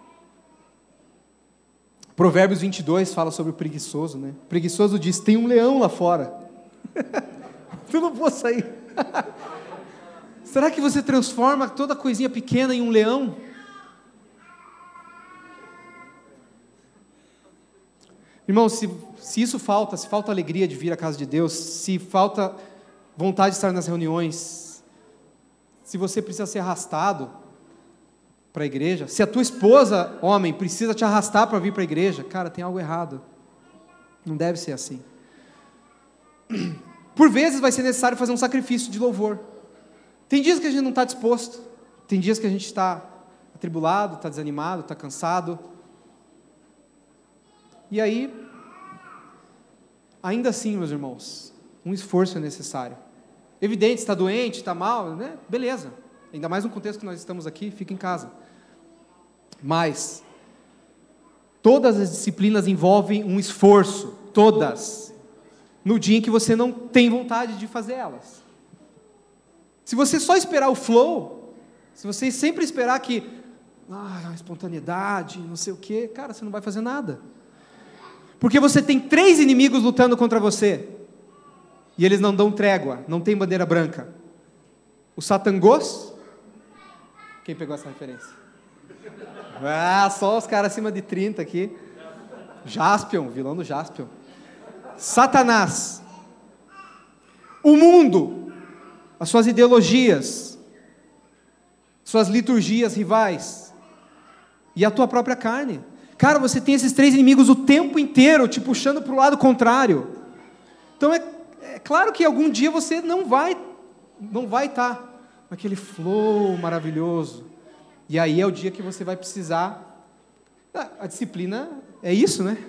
Provérbios vinte e dois fala sobre o preguiçoso, né? O preguiçoso diz: tem um leão lá fora. Eu não vou sair. Será que você transforma toda coisinha pequena em um leão? Irmão, se, se isso falta, se falta alegria de vir à casa de Deus, se falta vontade de estar nas reuniões, se você precisa ser arrastado para a igreja, se a tua esposa, homem, precisa te arrastar para vir para a igreja, cara, tem algo errado. Não deve ser assim. Por vezes vai ser necessário fazer um sacrifício de louvor. Tem dias que a gente não está disposto, tem dias que a gente está atribulado, está desanimado, está cansado. E aí, ainda assim, meus irmãos, um esforço é necessário. Evidente, está doente, está mal, né? Beleza. Ainda mais no contexto que nós estamos aqui, fica em casa. Mas, todas as disciplinas envolvem um esforço, todas, no dia em que você não tem vontade de fazer elas. Se você só esperar o flow, se você sempre esperar que, ah, espontaneidade, não sei o quê, cara, você não vai fazer nada. Porque você tem três inimigos lutando contra você, e eles não dão trégua, não tem bandeira branca. O Satangos, quem pegou essa referência? Ah, só os caras acima de trinta aqui. Jaspion, vilão do Jaspion. Satanás. O mundo, as suas ideologias, suas liturgias rivais, e a tua própria carne. Cara, você tem esses três inimigos o tempo inteiro, te puxando para o lado contrário. Então é, é claro que algum dia você não vai, não vai estar naquele flow maravilhoso. E aí é o dia que você vai precisar. A disciplina é isso, né?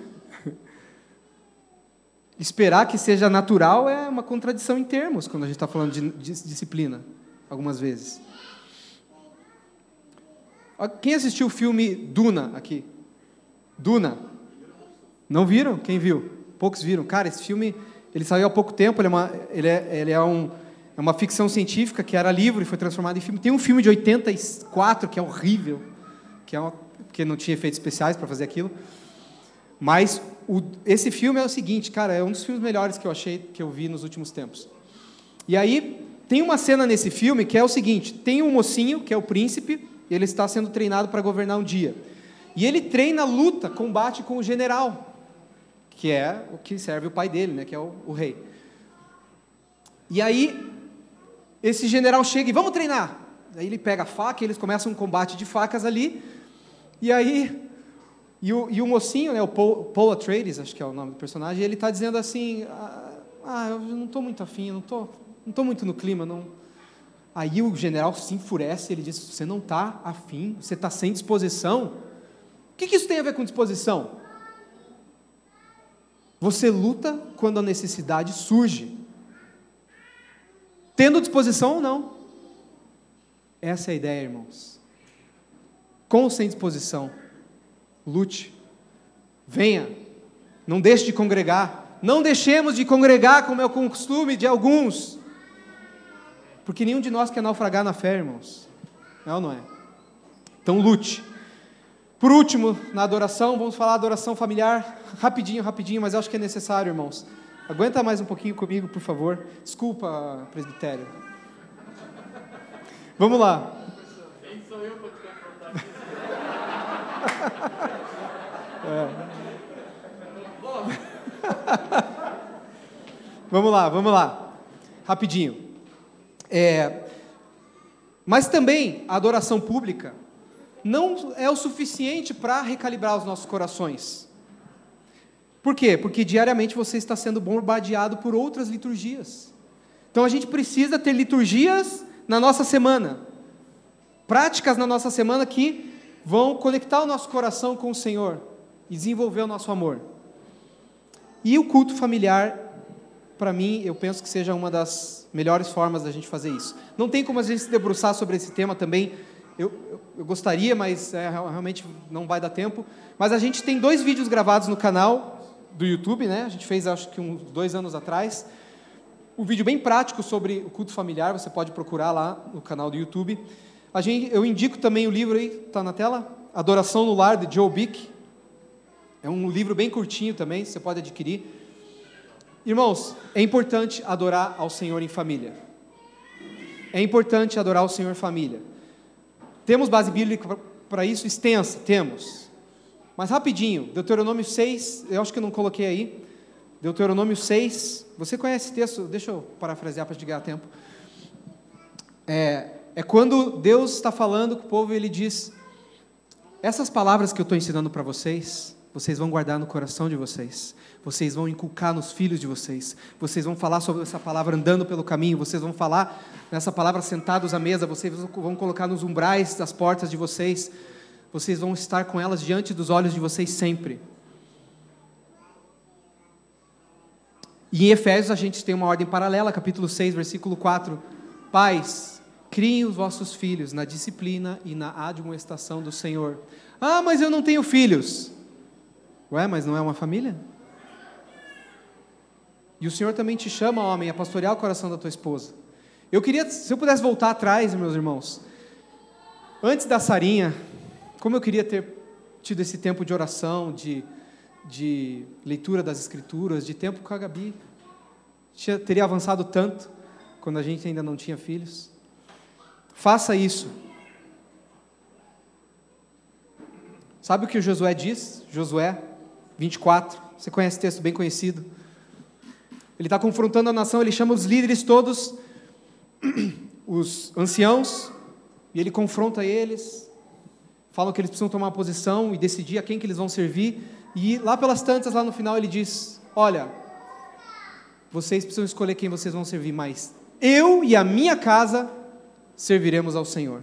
Esperar que seja natural é uma contradição em termos, quando a gente está falando de, de disciplina, algumas vezes. Quem assistiu o filme Duna aqui? Duna? Não viram? Quem viu? Poucos viram. Cara, esse filme, ele saiu há pouco tempo, ele é uma, ele é, ele é um... É uma ficção científica que era livro e foi transformada em filme. Tem um filme de oitenta e quatro que é horrível, que é uma, porque não tinha efeitos especiais para fazer aquilo. Mas o, esse filme é o seguinte, cara, é um dos filmes melhores que eu achei, que eu vi nos últimos tempos. E aí, tem uma cena nesse filme que é o seguinte, tem um mocinho, que é o príncipe, e ele está sendo treinado para governar um dia. E ele treina luta, combate com o general, que é o que serve o pai dele, né, que é o, o rei. E aí, esse general chega e, vamos treinar. Aí ele pega a faca, e eles começam um combate de facas ali, e aí, e o, e o mocinho, né, o Paul, Paul Atreides, acho que é o nome do personagem, ele está dizendo assim, ah, eu não estou muito afim, não estou não estou muito no clima, não. Aí o general se enfurece, ele diz, você não está afim, você está sem disposição? O que, que isso tem a ver com disposição? Você luta quando a necessidade surge, tendo disposição ou não. Essa é a ideia, irmãos. Com ou sem disposição, lute, venha, não deixe de congregar, não deixemos de congregar como é o costume de alguns, porque nenhum de nós quer naufragar na fé, irmãos, é ou não é? Então lute. Por último, na adoração, vamos falar adoração familiar, rapidinho, rapidinho, mas eu acho que é necessário, irmãos. Aguenta mais um pouquinho comigo, por favor. Desculpa, presbitério. Vamos lá. Quem sou eu para te confrontar? É. Vamos lá, vamos lá. Rapidinho. É, mas também a adoração pública não é o suficiente para recalibrar os nossos corações. Por quê? Porque diariamente você está sendo bombardeado por outras liturgias. Então a gente precisa ter liturgias na nossa semana, práticas na nossa semana que vão conectar o nosso coração com o Senhor e desenvolver o nosso amor. E o culto familiar, para mim, eu penso que seja uma das melhores formas da gente fazer isso. Não tem como a gente se debruçar sobre esse tema também, eu, eu, eu gostaria, mas é, realmente não vai dar tempo. Mas a gente tem dois vídeos gravados no canal do YouTube, né? A gente fez acho que uns dois anos atrás, um vídeo bem prático sobre o culto familiar, você pode procurar lá no canal do YouTube. A gente, eu indico também o livro aí, está na tela, Adoração no Lar, de Joe Bick. É um livro bem curtinho também, você pode adquirir. Irmãos, é importante adorar ao Senhor em família. É importante adorar ao Senhor em família. Temos base bíblica para isso? Extensa, temos. Mas rapidinho, Deuteronômio seis, eu acho que eu não coloquei aí. Deuteronômio seis, você conhece esse texto? Deixa eu parafrasear para te ganhar tempo. É, é quando Deus está falando com o povo e Ele diz: essas palavras que eu estou ensinando para vocês, vocês vão guardar no coração de vocês, vocês vão inculcar nos filhos de vocês, vocês vão falar sobre essa palavra andando pelo caminho, vocês vão falar nessa palavra sentados à mesa, vocês vão colocar nos umbrais das portas de vocês, vocês vão estar com elas diante dos olhos de vocês sempre. E em Efésios a gente tem uma ordem paralela, capítulo seis, versículo quatro. Pais, criem os vossos filhos na disciplina e na admoestação do Senhor. Ah, mas eu não tenho filhos. Ué, mas não é uma família? E o Senhor também te chama, homem, a pastorear o coração da tua esposa. Eu queria, se eu pudesse voltar atrás, meus irmãos, antes da Sarinha, como eu queria ter tido esse tempo de oração, de, de leitura das Escrituras, de tempo com a Gabi. Tinha, teria avançado tanto, quando a gente ainda não tinha filhos. Faça isso. Sabe o que o Josué diz? Josué vinte e quatro, você conhece esse texto bem conhecido. Ele está confrontando a nação, ele chama os líderes todos, os anciãos, e ele confronta eles, falam que eles precisam tomar uma posição e decidir a quem que eles vão servir, e lá pelas tantas, lá no final ele diz: olha, vocês precisam escolher quem vocês vão servir, mas eu e a minha casa serviremos ao Senhor.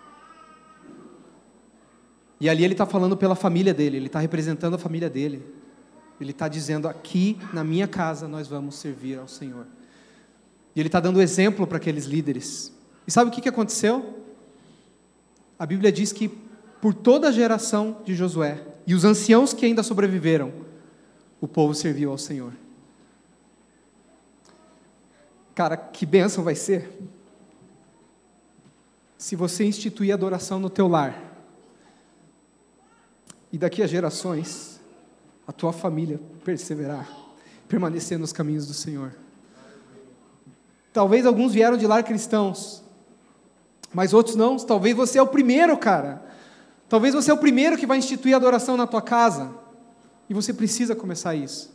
E ali ele está falando pela família dele, ele está representando a família dele. Ele está dizendo: aqui na minha casa nós vamos servir ao Senhor. E ele está dando exemplo para aqueles líderes. E sabe o que, que aconteceu? A Bíblia diz que por toda a geração de Josué, e os anciãos que ainda sobreviveram, o povo serviu ao Senhor. Cara, que bênção vai ser se você instituir adoração no teu lar, e daqui a gerações, a tua família perseverar, permanecer nos caminhos do Senhor. Talvez alguns vieram de lar cristãos, mas outros não. Talvez você é o primeiro, cara. Talvez você é o primeiro que vai instituir adoração na tua casa, e você precisa começar isso.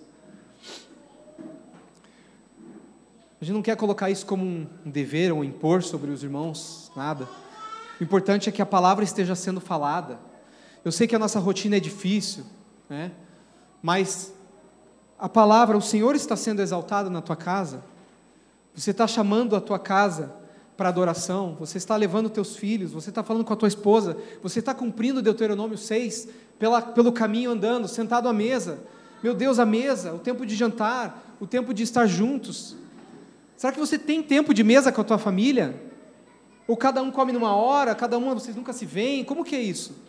A gente não quer colocar isso como um dever ou um impor sobre os irmãos, nada. O importante é que a palavra esteja sendo falada. Eu sei que a nossa rotina é difícil, né? Mas a palavra, o Senhor está sendo exaltado na tua casa. Você está chamando a tua casa para adoração, você está levando teus filhos, você está falando com a tua esposa, você está cumprindo Deuteronômio seis, pela, pelo caminho andando, sentado à mesa. Meu Deus, a mesa, o tempo de jantar, o tempo de estar juntos. Será que você tem tempo de mesa com a tua família? Ou cada um come numa hora, cada um, vocês nunca se veem? Como que é isso?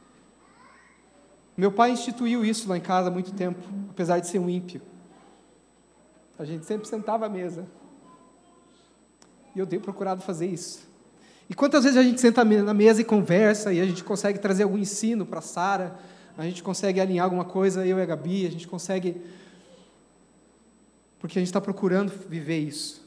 Meu pai instituiu isso lá em casa há muito tempo, apesar de ser um ímpio. A gente sempre sentava à mesa. E eu tenho procurado fazer isso. E quantas vezes a gente senta na mesa e conversa, e a gente consegue trazer algum ensino para a Sara, a gente consegue alinhar alguma coisa, eu e a Gabi, a gente consegue... Porque a gente está procurando viver isso.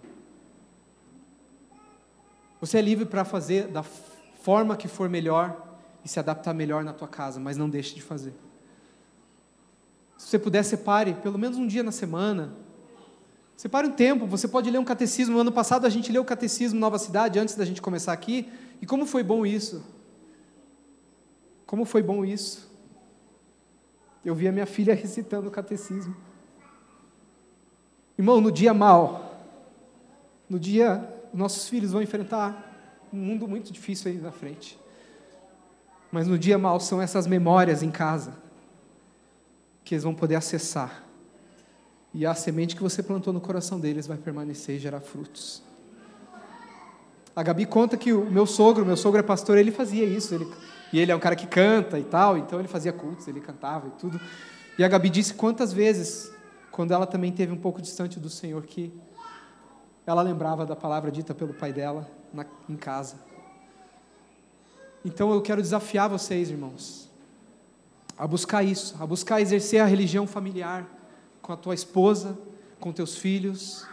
Você é livre para fazer da forma que for melhor e se adaptar melhor na tua casa, mas não deixe de fazer. Se você puder, separe pelo menos um dia na semana. Separe um tempo, você pode ler um catecismo. No ano passado a gente leu o catecismo Nova Cidade, antes da gente começar aqui, e como foi bom isso? Como foi bom isso? Eu vi a minha filha recitando o catecismo. Irmão, no dia mau, no dia, nossos filhos vão enfrentar um mundo muito difícil aí na frente. Mas no dia mau são essas memórias em casa que eles vão poder acessar. E a semente que você plantou no coração deles vai permanecer e gerar frutos. A Gabi conta que o meu sogro, meu sogro é pastor, ele fazia isso. Ele, e ele é um cara que canta e tal, então ele fazia cultos, ele cantava e tudo. E a Gabi disse quantas vezes, quando ela também esteve um pouco distante do Senhor, que ela lembrava da palavra dita pelo pai dela na, em casa. Então eu quero desafiar vocês, irmãos, a buscar isso, a buscar exercer a religião familiar com a tua esposa, com teus filhos.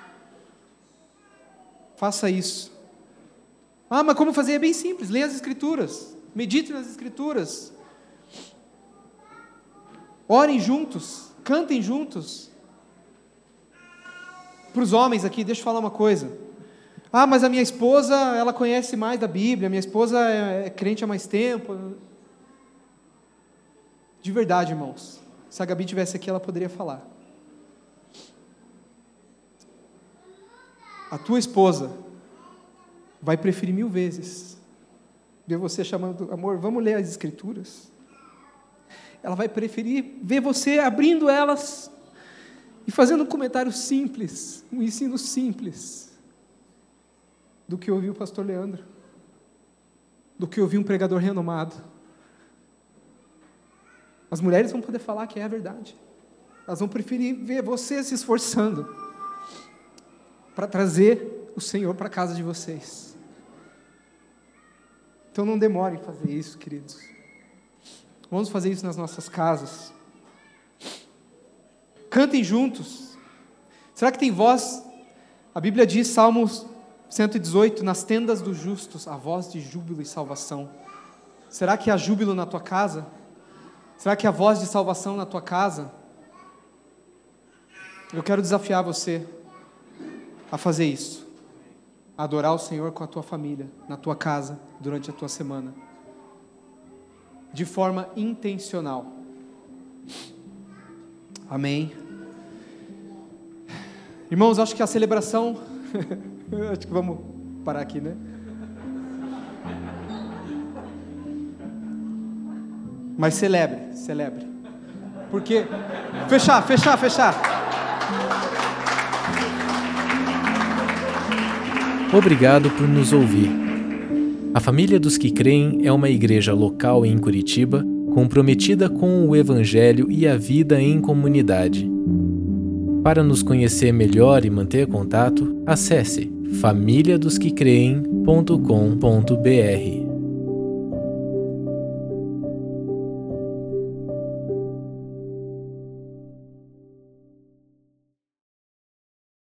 Faça isso. Ah, mas como fazer? É bem simples, leia as Escrituras, medite nas Escrituras. Orem juntos, cantem juntos. Para os homens aqui, deixa eu falar uma coisa. Ah, mas a minha esposa, ela conhece mais da Bíblia, minha esposa é crente há mais tempo. De verdade, irmãos, se a Gabi estivesse aqui, ela poderia falar. A tua esposa vai preferir mil vezes ver você chamando, amor, vamos ler as Escrituras. Ela vai preferir ver você abrindo elas e fazendo um comentário simples, um ensino simples, do que ouvir o pastor Leandro, do que ouvir um pregador renomado. As mulheres vão poder falar que é a verdade. Elas vão preferir ver você se esforçando para trazer o Senhor para a casa de vocês. Então não demorem em fazer isso, queridos. Vamos fazer isso nas nossas casas. Cantem juntos. Será que tem voz? A Bíblia diz, Salmos cento e dezoito, nas tendas dos justos, a voz de júbilo e salvação. Será que há júbilo na tua casa? Será que há voz de salvação na tua casa? Eu quero desafiar você a fazer isso. A adorar o Senhor com a tua família, na tua casa, durante a tua semana. De forma intencional. Amém. Irmãos, acho que a celebração... acho que vamos parar aqui, né? Mas celebre, celebre. Porque... Fechar, fechar, fechar. Obrigado por nos ouvir. A Família dos que Creem é uma igreja local em Curitiba, comprometida com o Evangelho e a vida em comunidade. Para nos conhecer melhor e manter contato, acesse família dos que creem ponto com ponto br.